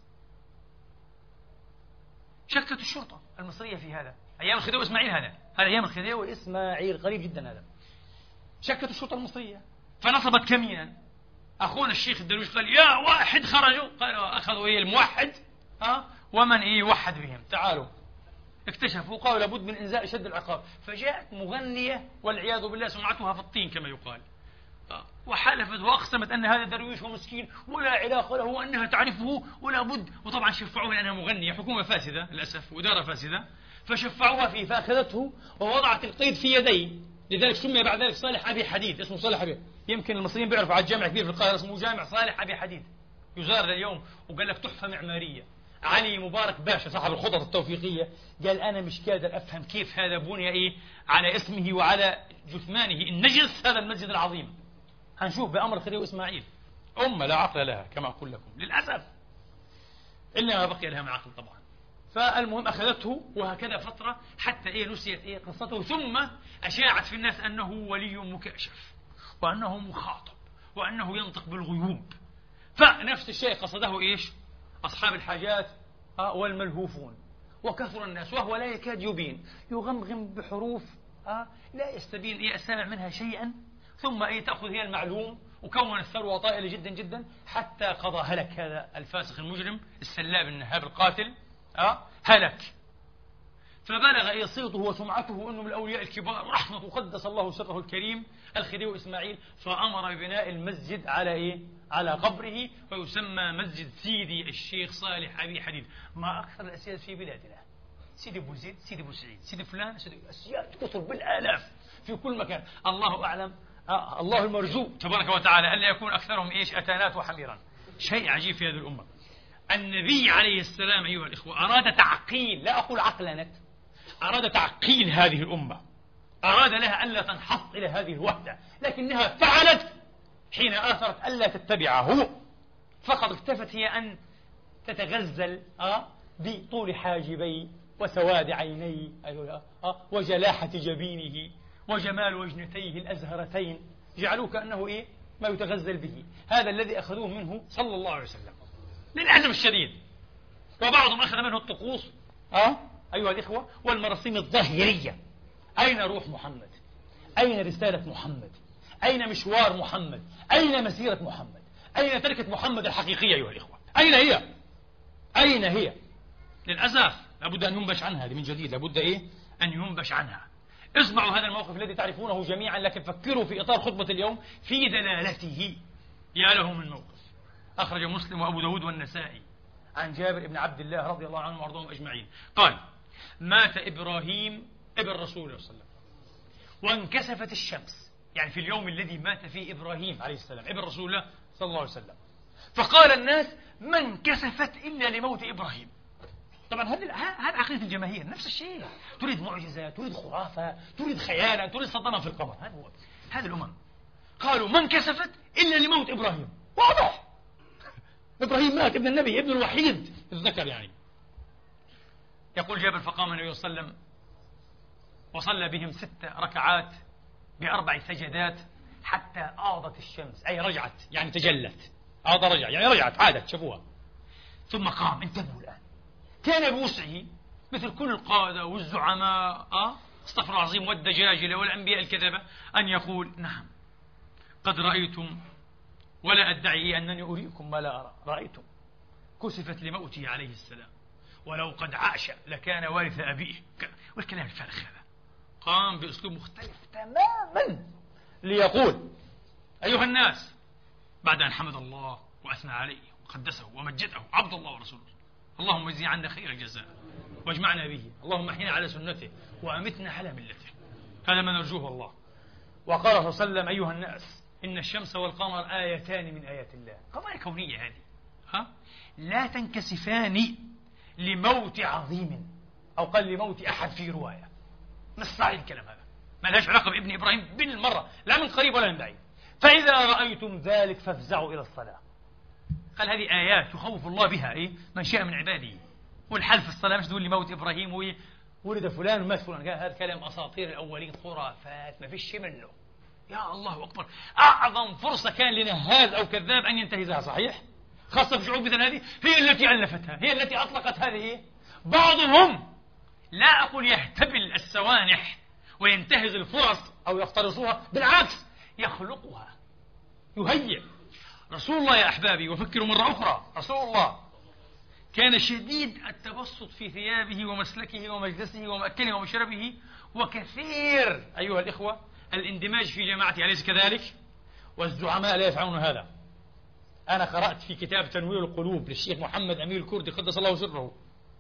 شكت الشرطة المصرية في هذا أيام الخديوي إسماعيل، هذا أيام الخديوي إسماعيل، قريب جدا هذا. شكت الشرطة المصرية فنصبت كمينا. أخونا الشيخ الدرويش قال يا واحد خرجوا، قالوا أخذوا الموحد ومن يوحد بهم، تعالوا. اكتشفوا قالوا لابد من إنزال شد العقاب. فجاءت مغنية والعياذ بالله سمعتها في الطين كما يقال، وحلفت وأقسمت أن هذا درويش ومسكين ولا علاقة له وأنها تعرفه ولا بد. وطبعا شفعوها لأنها مغنية، حكومة فاسدة للأسف وإدارة فاسدة، فشفعوها فيه فأخذته ووضعت القيد في يديه. لذلك سمي بعد ذلك صالح أبي حديد، اسمه صالح أبي. يمكن المصريين بيعرفوا على جامع كبير في القاهرة اسمه جامع صالح أبي حديد، يزار اليوم، وقال لك تحفة معمارية. علي مبارك باشا صاحب الخطط التوفيقية قال أنا مش قادر أفهم كيف هذا بني على اسمه وعلى جثمانه النجس هذا المسجد العظيم. هنشوف بأمر الخديوي إسماعيل أمة لا عقل لها كما أقول لكم للأسف، إلا ما بقي لها من عقل طبعا. فالمهم أخذته وهكذا فترة حتى نسيت قصته، ثم أشاعت في الناس أنه ولي مكاشف وأنه مخاطب وأنه ينطق بالغيوب. فنفس الشيء قصده أصحاب الحاجات والملهوفون، وكثر الناس وهو لا يكاد يبين، يغمغم بحروف لا يستبين السامع منها شيئا، ثم تأخذ هي المعلوم، وكون الثروة طائلة جدا جدا حتى قضى هلك هذا الفاسق المجرم السلاب النهاب القاتل هلك. فبلغ صيته وسمعته أنه من الأولياء الكبار ورحمة وقدس الله سره الكريم الخديوي إسماعيل، فأمر ببناء المسجد على قبره، ويسمى مسجد سيدي الشيخ صالح أبي حديد. ما أكثر الأسياد في بلادنا، سيدي أبو زيد، سيدي أبو سعيد، سيدي فلان، سيدي أسياد كثر بالآلاف في كل مكان. الله أعلم، الله المرزوق تبارك وتعالى ألا يكون أكثرهم أتانات وحميرا. شيء عجيب في هذه الأمة. النبي عليه السلام أيها الإخوة أراد تعقيل، لا أقول عقلنة، أراد تعقيل هذه الأمة، أراد لها ألا تنحط إلى هذه الوحدة، لكنها فعلت حين آثرت ألا تتبعه، فقط اكتفت هي أن تتغزل بطول حاجبي وسواد عيني وجلاحة جبينه وجمال وجنتيه الأزهرتين، جعلوه كأنه ما يتغزل به. هذا الذي أخذوه منه صلى الله عليه وسلم للأسف الشديد. وبعضهم أخذ منه الطقوس أيها الإخوة والمراسيم الظاهرية. أين روح محمد؟ أين رسالة محمد؟ أين مشوار محمد؟ أين مسيرة محمد؟ أين تركة محمد الحقيقية أيها الإخوة؟ أين هي؟ أين هي؟ للأسف لابد أن ينبش عنها، هذه من جديد لابد أن ينبش عنها. اسمعوا هذا الموقف الذي تعرفونه جميعا، لكن فكروا في إطار خطبة اليوم في دلالته. يا له من موقف. أخرج مسلم وأبو داود والنسائي عن جابر بن عبد الله رضي الله عنهم وأرضاهم أجمعين قال: مات إبراهيم ابن رسول الله صلى الله عليه وسلم وانكسفت الشمس، يعني في اليوم الذي مات فيه إبراهيم عليه السلام ابن رسول الله صلى الله عليه وسلم. فقال الناس: ما انكسفت إلا لموت إبراهيم. طبعا هذا عقيدة الجماهير، نفس الشيء، تريد معجزة، تريد خرافة، تريد خيالا، تريد صدمة في القمر. هذا هو هذه الأمم. قالوا: ما انكسفت إلا لموت إبراهيم. واضح، إبراهيم مات، ابن النبي، ابن الوحيد الذكر يعني. يقول جابر: فقام النبي صلى الله عليه وسلم وصلى بهم 6 ركعات ب4 سجدات حتى آضت الشمس، أي رجعت، يعني تجلت. آض رجع، يعني رجعت، عادت، شافوها. ثم قام. انتبهوا الآن، كان بوسعه مثل كل القادة والزعماء استغفر الله العظيم والدجاجلة والأنبياء الكذبة أن يقول نعم قد رأيتم ولا أدعي أنني أريكم ما لا أرى، رأيتم كسفت لموته عليه السلام، ولو قد عاش لكان وارث أبيه، والكلام الفارغ هذا. قام بأسلوب مختلف تماما ليقول أيها الناس بعد أن حمد الله وأثنى عليه وقدسه ومجده عبد الله ورسوله، اللهم اجزي عنا خير الجزاء واجمعنا به، اللهم احينا على سنته وأمتنا على ملته، هذا ما نرجوه الله. وقال صلى الله عليه وسلم أيها الناس إن الشمس والقمر آيتان من آيات الله، قضايا كونية هذه لا تنكسفان لموت عظيم، أو قال لموت أحد في رواية. نص عليه الكلام هذا، ما لهاش علاقة بابن إبراهيم بالمرة، لا من قريب ولا من بعيد. فإذا رأيتم ذلك فافزعوا إلى الصلاة. قال هذه آيات يخوف الله بها من شاء من عباده. والحل في الصلاة مش تقول لموت إبراهيم ولد فلان ومات فلان، قال هذا كلام أساطير الأولين، خرافات ما فيش شيء منه. يا الله أكبر، أعظم فرصة كان لنهاز أو كذاب أن ينتهزها، صحيح؟ خاصة في شعوب مثل هذه، هي التي ألفتها، هي التي أطلقت هذه. بعضهم لا أقول يهتبل السوانح وينتهز الفرص أو يقترصوها، بالعكس يخلقها، يهيئ. رسول الله يا أحبابي، وفكروا مرة أخرى، رسول الله كان شديد التبسط في ثيابه ومسلكه ومجلسه ومأكله ومشربه، وكثير أيها الإخوة الاندماج في جماعته، أليس كذلك؟ والزعماء لا يفعلون هذا. أنا قرأت في كتاب تنوير القلوب للشيخ محمد أمير الكردي قدس الله سره،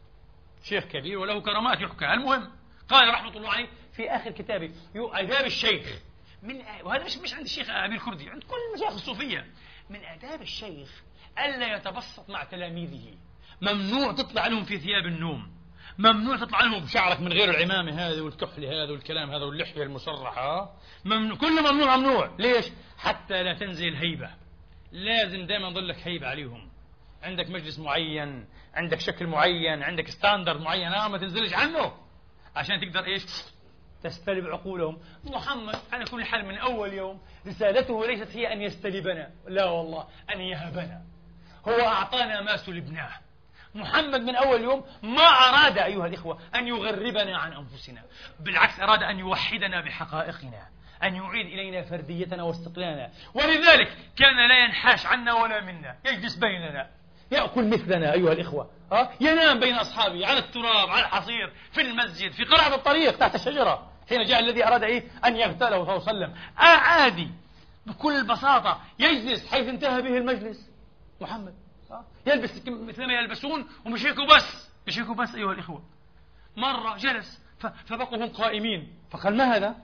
شيخ كبير وله كرامات يحكى. المهم قال رحمة الله عليه في آخر كتابه آداب الشيخ وهذا مش عند الشيخ أمير الكردي، عند كل المشايخ الصوفية، من آداب الشيخ ألا يتبسط مع تلاميذه. ممنوع تطلع لهم في ثياب النوم، ممنوع تطلع لهم بشعرك من غير العمامة هذه والكحل هذا والكلام هذا واللحية المسرحة، ممنوع، كله ممنوع ممنوع. ليش؟ حتى لا تنزل الهيبة. لازم دائما ضلك هيبة عليهم. عندك مجلس معين، عندك شكل معين، عندك ستاندرد معين، ما تنزلش عنه عشان تقدر تستلب عقولهم. محمد على كل حال من أول يوم رسالته ليست هي أن يستلبنا، لا والله، أن يهبنا. هو أعطانا ما سلبناه. محمد من أول يوم ما أراد أيها الإخوة أن يغربنا عن أنفسنا، بالعكس أراد أن يوحدنا بحقائقنا، أن يعيد إلينا فرديتنا واستقلالنا. ولذلك كان لا ينحاش عنا ولا منا، يجلس بيننا، يأكل مثلنا أيها الإخوة، ينام بين أصحابه على التراب، على الحصير، في المسجد، في قرعة الطريق، تحت الشجرة، حين جاء الذي أراد أن يغتاله صلى الله عليه وسلم. عادي بكل بساطة يجلس حيث انتهى به المجلس. محمد يلبس مثل ما يلبسون، ومش هيك وبس، مش هيك وبس أيها الإخوة. مرة جلس فبقوا هم قائمين، فقال ما هذا؟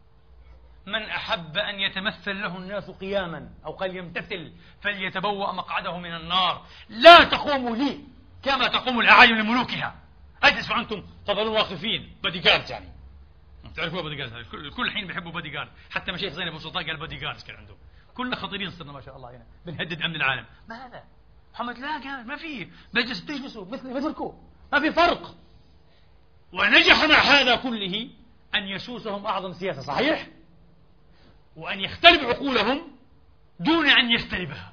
من أحب أن يتمثل له الناس قياما، أو قال يمتثل، فليتبوأ مقعده من النار. لا تقوموا لي كما تقوم الأعاجم لملوكها. أجلس وأنتم تظلون واقفين. بادي جارد يعني، تعرفوا بادي جارد، كل حين بيحبوا بادي جارد. حتى مشايخ زين أبو سلطان قال بادي جارد كان عنده. كلنا خطيرين صرنا ما شاء الله هنا، بنهدد أمن العالم. ما هذا؟ محمد لا قال ما فيه، تجلسوا مثلكم، ما في فرق. ونجح مع هذا كله أن يسوسهم أعظم سياسة، صحيح؟ وأن يختلب عقولهم دون أن يختلبها.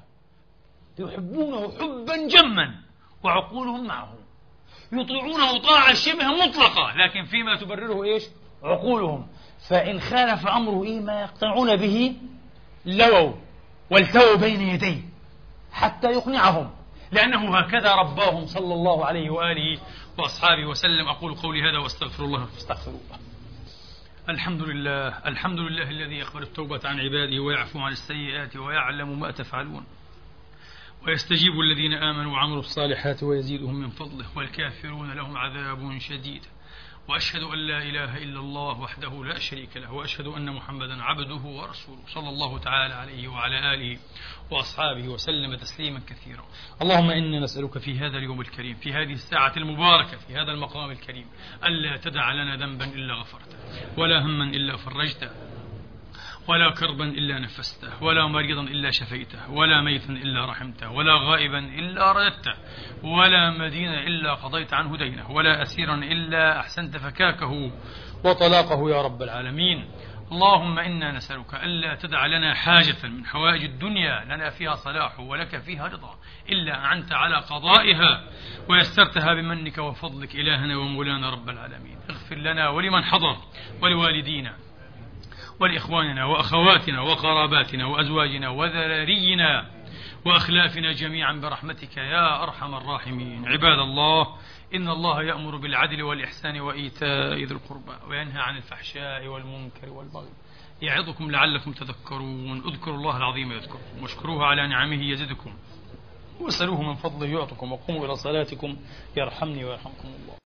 يحبونه حبا جما وعقولهم معه، يطيعونه طاعة شبه مطلقة، لكن فيما تبرره عقولهم. فإن خالف أمره ما يقتنعون به لووا والتووا بين يديه حتى يقنعهم، لأنه هكذا رباهم صلى الله عليه وآله وأصحابه وسلم. أقول قولي هذا واستغفر الله فاستغفروه. الحمد لله الذي يقبل التوبة عن عباده ويعفو عن السيئات ويعلم ما تفعلون، ويستجيب الذين آمنوا وعملوا الصالحات ويزيدهم من فضله، والكافرون لهم عذاب شديد. وأشهد أن لا إله إلا الله وحده لا شريك له، وأشهد أن محمدا عبده ورسوله صلى الله تعالى عليه وعلى آله وأصحابه وسلم تسليما كثيرا. اللهم إنا نسألك في هذا اليوم الكريم، في هذه الساعة المباركة، في هذا المقام الكريم، ألا تدع لنا ذنبا إلا غفرته، ولا هما إلا فرجته، ولا كربا إلا نفسته، ولا مريضا إلا شفيته، ولا ميتا إلا رحمته، ولا غائبا إلا رددته، ولا مدينا إلا قضيت عنه دينه، ولا أسيرا إلا أحسنت فكاكه وطلاقه يا رب العالمين. اللهم إنا نسألك ألا تدع لنا حاجة من حوائج الدنيا لنا فيها صلاح ولك فيها رضا إلا أعنت على قضائها ويسرتها بمنك وفضلك إلهنا ومولانا رب العالمين. اغفر لنا ولمن حضر ولوالدينا ولإخواننا وأخواتنا وقراباتنا وأزواجنا وذرارينا وأخلافنا جميعا برحمتك يا أرحم الراحمين. عباد الله، إن الله يأمر بالعدل والإحسان وإيتاء ذي القربى وينهى عن الفحشاء والمنكر والبغي يعظكم لعلكم تذكرون. اذكروا الله العظيم يذكركم واشكروه على نعمه يزدكم واسألوه من فضله يعطكم وقوموا إلى صلاتكم يرحمني ويرحمكم الله.